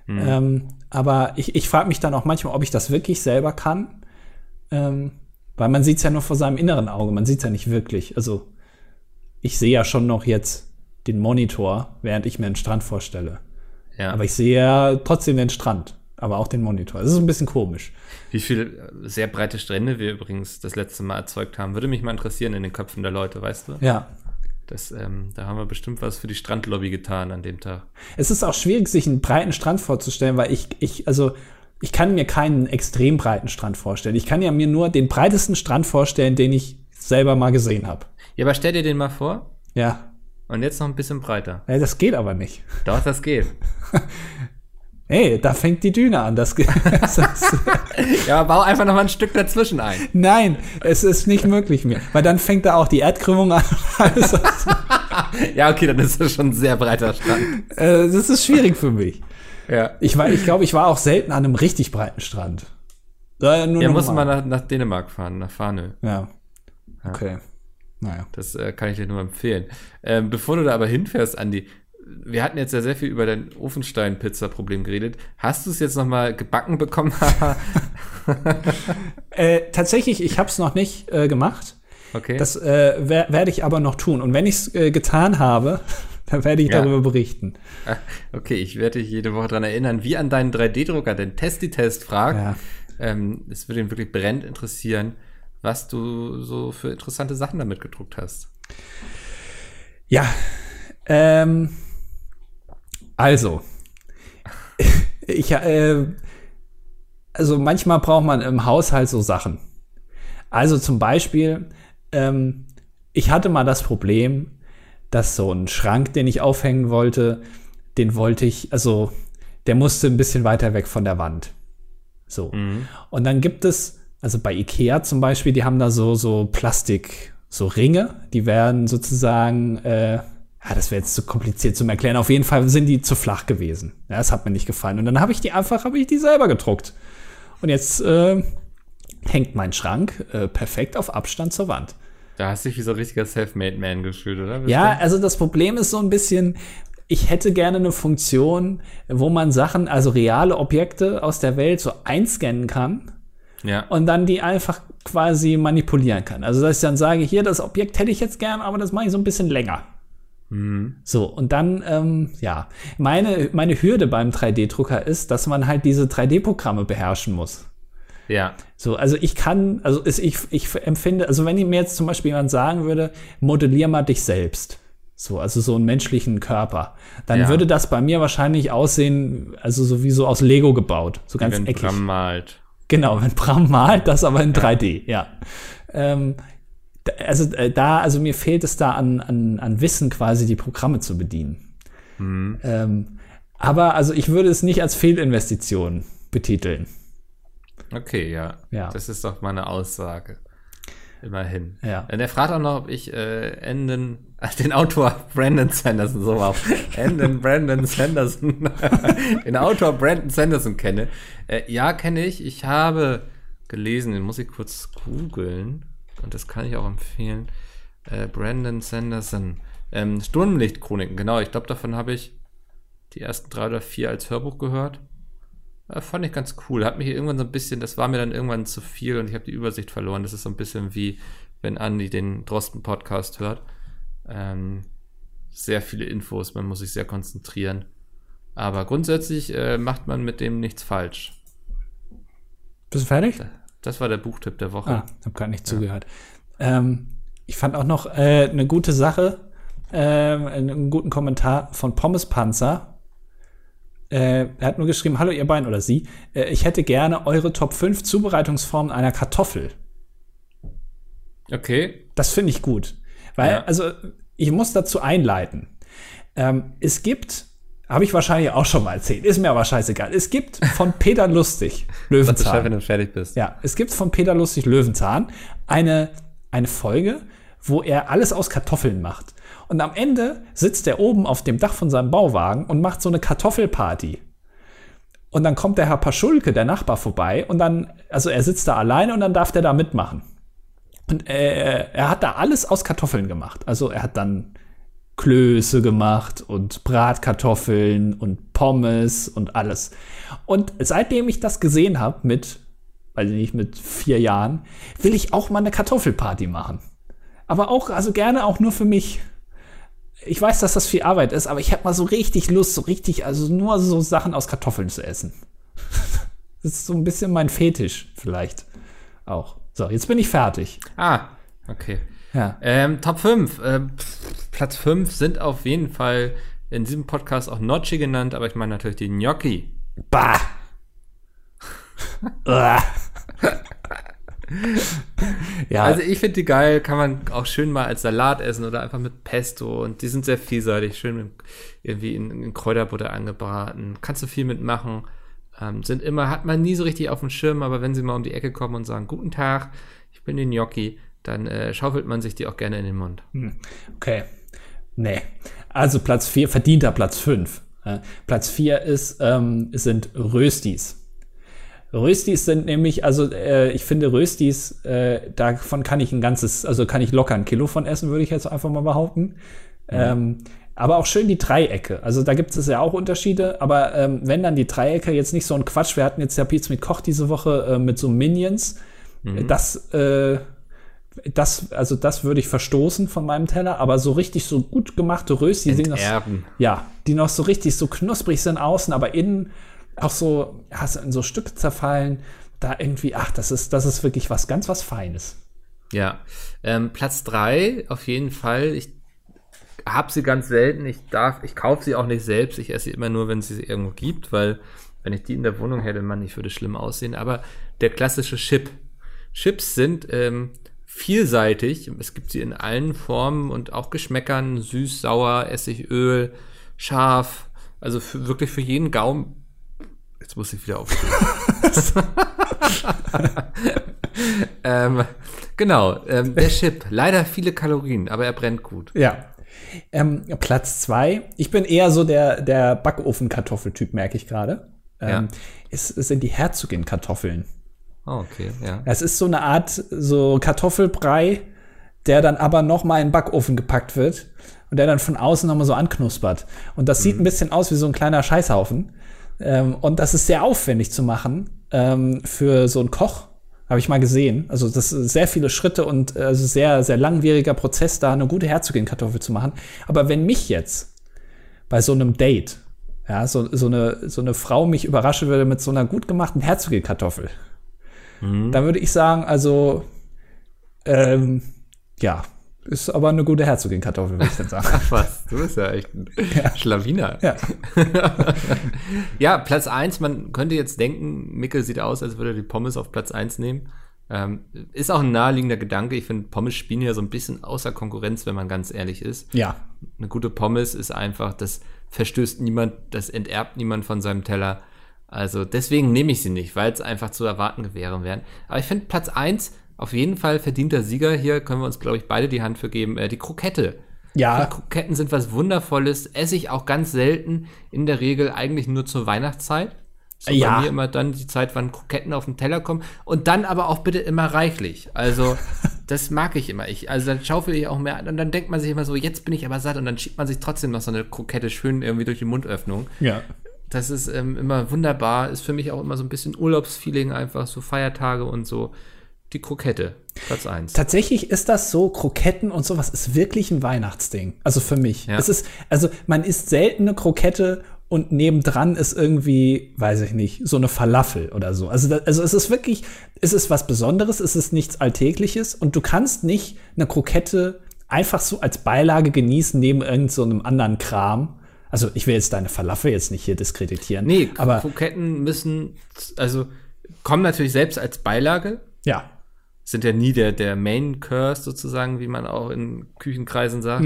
Aber ich frage mich dann auch manchmal, ob ich das wirklich selber kann. Weil man sieht es ja nur vor seinem inneren Auge, man sieht es ja nicht wirklich. Also ich sehe ja schon noch jetzt den Monitor, während ich mir einen Strand vorstelle. Ja. Aber ich sehe ja trotzdem den Strand, aber auch den Monitor. Das ist ein bisschen komisch. Wie viele sehr breite Strände wir übrigens das letzte Mal erzeugt haben, würde mich mal interessieren in den Köpfen der Leute, weißt du? Ja. Da haben wir bestimmt was für die Strandlobby getan an dem Tag. Es ist auch schwierig, sich einen breiten Strand vorzustellen, weil ich kann mir keinen extrem breiten Strand vorstellen. Ich kann ja mir nur den breitesten Strand vorstellen, den ich selber mal gesehen habe. Ja, aber stell dir den mal vor. Ja. Und jetzt noch ein bisschen breiter. Ja, das geht aber nicht. Doch, das geht. Hey, da fängt die Düne an. Ja, aber bau einfach noch mal ein Stück dazwischen ein. Nein, es ist nicht möglich mehr. Weil dann fängt da auch die Erdkrümmung an. Ja, okay, dann ist das schon ein sehr breiter Strand. Das ist schwierig für mich. Ja. Ich glaube, ich war auch selten an einem richtig breiten Strand. Muss mal nach Dänemark fahren, nach Farnö. Ja. Okay. Naja. Das kann ich dir nur empfehlen. Bevor du da aber hinfährst, Andi, wir hatten jetzt ja sehr viel über dein Ofenstein-Pizza-Problem geredet. Hast du es jetzt noch mal gebacken bekommen? Tatsächlich, ich habe es noch nicht gemacht. Okay. Das werde ich aber noch tun. Und wenn ich es getan habe, dann werde ich darüber berichten. Okay, ich werde dich jede Woche daran erinnern, wie an deinen 3D-Drucker, den Testi-Test fragt. Ja. Es würde ihn wirklich brennend interessieren, was du so für interessante Sachen damit gedruckt hast. Ja, also also manchmal braucht man im Haushalt so Sachen. Also zum Beispiel, ich hatte mal das Problem, dass so ein Schrank, den ich aufhängen wollte, der musste ein bisschen weiter weg von der Wand. So. Mhm. Und dann gibt es, also bei Ikea zum Beispiel, die haben da so Plastik, so Ringe, die werden sozusagen, das wäre jetzt zu kompliziert zum Erklären, auf jeden Fall sind die zu flach gewesen. Ja, das hat mir nicht gefallen. Und dann habe ich die selber gedruckt. Und jetzt hängt mein Schrank perfekt auf Abstand zur Wand. Da hast du dich wie so ein richtiger Self-Made-Man gefühlt, oder? Ja, also das Problem ist so ein bisschen, ich hätte gerne eine Funktion, wo man Sachen, also reale Objekte aus der Welt so einscannen kann. Ja. Und dann die einfach quasi manipulieren kann. Also dass ich dann sage, hier, das Objekt hätte ich jetzt gern, aber das mache ich so ein bisschen länger. Mhm. So, und dann, meine Hürde beim 3D-Drucker ist, dass man halt diese 3D-Programme beherrschen muss. Ja. So, also ich empfinde, also wenn mir jetzt zum Beispiel jemand sagen würde, modellier mal dich selbst. So, also so einen menschlichen Körper. Dann würde das bei mir wahrscheinlich aussehen, also sowieso aus Lego gebaut. So ganz eckig. Bram malt. Genau, wenn Bram malt, das aber in 3D, ja. Also mir fehlt es da an Wissen quasi, die Programme zu bedienen. Mhm. Aber also ich würde es nicht als Fehlinvestition betiteln. Okay, ja. Ja. Das ist doch mal eine Aussage. Immerhin. Ja. Und er fragt auch noch, ob ich den Autor Brandon Sanderson, den Autor Brandon Sanderson kenne. Ja, kenne ich. Ich habe gelesen, den muss ich kurz googeln. Und das kann ich auch empfehlen. Brandon Sanderson. Sturmlicht-Chroniken, genau. Ich glaube, davon habe ich die ersten 3 oder 4 als Hörbuch gehört. Fand ich ganz cool. Hat mich irgendwann so ein bisschen, das war mir dann irgendwann zu viel und ich habe die Übersicht verloren. Das ist so ein bisschen wie, wenn Andi den Drosten-Podcast hört. Sehr viele Infos, man muss sich sehr konzentrieren. Aber grundsätzlich macht man mit dem nichts falsch. Bist du fertig? Das war der Buchtipp der Woche. Hab gar nicht zugehört. Ich fand auch noch eine gute Sache, einen guten Kommentar von Pommes Panzer. Er hat nur geschrieben, hallo ihr beiden oder sie, ich hätte gerne eure Top 5 Zubereitungsformen einer Kartoffel. Okay. Das finde ich gut. Weil, also, ich muss dazu einleiten. Es gibt, habe ich wahrscheinlich auch schon mal erzählt, ist mir aber scheißegal. Es gibt von Peter Lustig Löwenzahn. Bescheid, wenn du fertig bist. Ja, es gibt von Peter Lustig Löwenzahn eine Folge, wo er alles aus Kartoffeln macht. Und am Ende sitzt er oben auf dem Dach von seinem Bauwagen und macht so eine Kartoffelparty. Und dann kommt der Herr Paschulke, der Nachbar, vorbei und dann, also er sitzt da alleine und dann darf der da mitmachen. Und er hat da alles aus Kartoffeln gemacht. Also er hat dann Klöße gemacht und Bratkartoffeln und Pommes und alles. Und seitdem ich das gesehen habe weiß ich nicht, mit 4 Jahren, will ich auch mal eine Kartoffelparty machen. Aber auch, also gerne auch nur für mich. Ich weiß, dass das viel Arbeit ist, aber ich habe mal so richtig Lust, also nur so Sachen aus Kartoffeln zu essen. Das ist so ein bisschen mein Fetisch vielleicht auch. So, jetzt bin ich fertig. Okay. Ja. Top 5. Platz 5 sind auf jeden Fall in diesem Podcast auch Gnocchi genannt, aber ich meine natürlich die Gnocchi. Bah! Ja. Also ich finde die geil, kann man auch schön mal als Salat essen oder einfach mit Pesto und die sind sehr vielseitig, schön irgendwie in Kräuterbutter angebraten, kannst du viel mitmachen, hat man nie so richtig auf dem Schirm, aber wenn sie mal um die Ecke kommen und sagen, guten Tag, ich bin die Gnocchi, dann schaufelt man sich die auch gerne in den Mund. Okay, nee, also Platz 4, verdienter Platz 5. Platz 4 sind Röstis. Röstis sind nämlich, also ich finde Röstis, davon kann ich kann ich locker 1 Kilo von essen, würde ich jetzt einfach mal behaupten. Aber auch schön die Dreiecke. Also da gibt es ja auch Unterschiede, aber wenn dann die Dreiecke jetzt nicht so ein Quatsch, wir hatten jetzt ja Pizza mit Koch diese Woche mit so Minions, das würde ich verstoßen von meinem Teller, aber so richtig so gut gemachte Röstis, die noch so richtig so knusprig sind außen, aber innen auch so, in so Stücke zerfallen, da irgendwie, das ist wirklich was Feines. Ja, Platz 3 auf jeden Fall. Ich habe sie ganz selten. Ich kaufe sie auch nicht selbst. Ich esse sie immer nur, wenn es sie irgendwo gibt, weil wenn ich die in der Wohnung hätte, ich würde schlimm aussehen. Aber der klassische Chip. Chips sind vielseitig. Es gibt sie in allen Formen und auch Geschmäckern. Süß, sauer, Essig, Öl, scharf. Also wirklich für jeden Gaumen. Jetzt muss ich wieder aufstehen. Genau, der Chip. Leider viele Kalorien, aber er brennt gut. Ja. Platz 2. Ich bin eher so der Backofen-Kartoffeltyp, merke ich gerade. Es sind die Herzogin-Kartoffeln. Oh, okay, ja. Es ist so eine Art so Kartoffelbrei, der dann aber noch mal in den Backofen gepackt wird und der dann von außen noch mal so anknuspert. Und das sieht ein bisschen aus wie so ein kleiner Scheißhaufen. Und das ist sehr aufwendig zu machen für so einen Koch, habe ich mal gesehen. Also das sind sehr viele Schritte und also sehr, sehr langwieriger Prozess, da eine gute Herzogin-Kartoffel zu machen. Aber wenn mich jetzt bei so einem Date, so eine Frau mich überraschen würde mit so einer gut gemachten Herzogin-Kartoffel, dann würde ich sagen, also ist aber eine gute Herzogin-Kartoffel, würde ich dann sagen. Ach was, du bist ja echt ein Schlawiner. Ja. Ja, Platz 1, man könnte jetzt denken, Mikkel sieht aus, als würde er die Pommes auf Platz 1 nehmen. Ist auch ein naheliegender Gedanke. Ich finde, Pommes spielen ja so ein bisschen außer Konkurrenz, wenn man ganz ehrlich ist. Ja. Eine gute Pommes ist einfach, das verstößt niemand, das enterbt niemand von seinem Teller. Also deswegen nehme ich sie nicht, weil es einfach zu erwarten gewesen wären. Aber ich finde Platz 1 auf jeden Fall verdienter Sieger. Hier können wir uns, glaube ich, beide die Hand für geben. Die Krokette. Ja. Die Kroketten sind was Wundervolles. Esse ich auch ganz selten. In der Regel eigentlich nur zur Weihnachtszeit. So Ja. bei mir immer dann die Zeit, wann Kroketten auf den Teller kommen. Und dann aber auch bitte immer reichlich. Also das mag ich immer. Also dann schaufel ich auch mehr an. Und dann denkt man sich immer so, jetzt bin ich aber satt. Und dann schiebt man sich trotzdem noch so eine Krokette schön irgendwie durch die Mundöffnung. Ja. Das ist immer wunderbar. Ist für mich auch immer so ein bisschen Urlaubsfeeling einfach. So Feiertage und so. Die Krokette, Platz 1. Tatsächlich ist das so, Kroketten und sowas ist wirklich ein Weihnachtsding. Also für mich. Ja. Es ist, also man isst selten eine Krokette und nebendran ist irgendwie, weiß ich nicht, so eine Falafel oder so. Also es ist wirklich, es ist was Besonderes, es ist nichts Alltägliches und du kannst nicht eine Krokette einfach so als Beilage genießen neben irgend so einem anderen Kram. Also ich will jetzt deine Falafel jetzt nicht hier diskreditieren. Nee, aber Kroketten kommen natürlich selbst als Beilage. ja. Sind ja nie der Main Course sozusagen, wie man auch in Küchenkreisen sagt.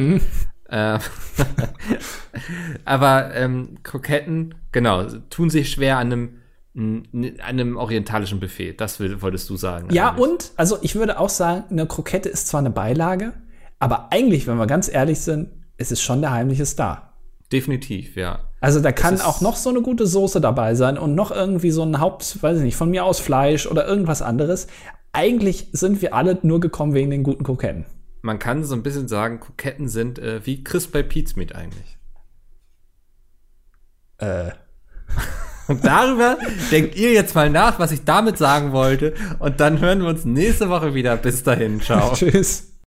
Aber Kroketten, genau, tun sich schwer an einem orientalischen Buffet. Das wolltest du sagen. Ja, eigentlich. und, also ich würde auch sagen, eine Krokette ist zwar eine Beilage, aber eigentlich, wenn wir ganz ehrlich sind, ist es schon der heimliche Star. Definitiv, ja. Also da kann auch noch so eine gute Soße dabei sein und noch irgendwie so ein weiß ich nicht, von mir aus Fleisch oder irgendwas anderes. Eigentlich sind wir alle nur gekommen wegen den guten Kroketten. Man kann so ein bisschen sagen, Kroketten sind wie Chris bei Pete's Meat eigentlich. Und darüber denkt ihr jetzt mal nach, was ich damit sagen wollte. Und dann hören wir uns nächste Woche wieder. Bis dahin. Ciao. Tschüss.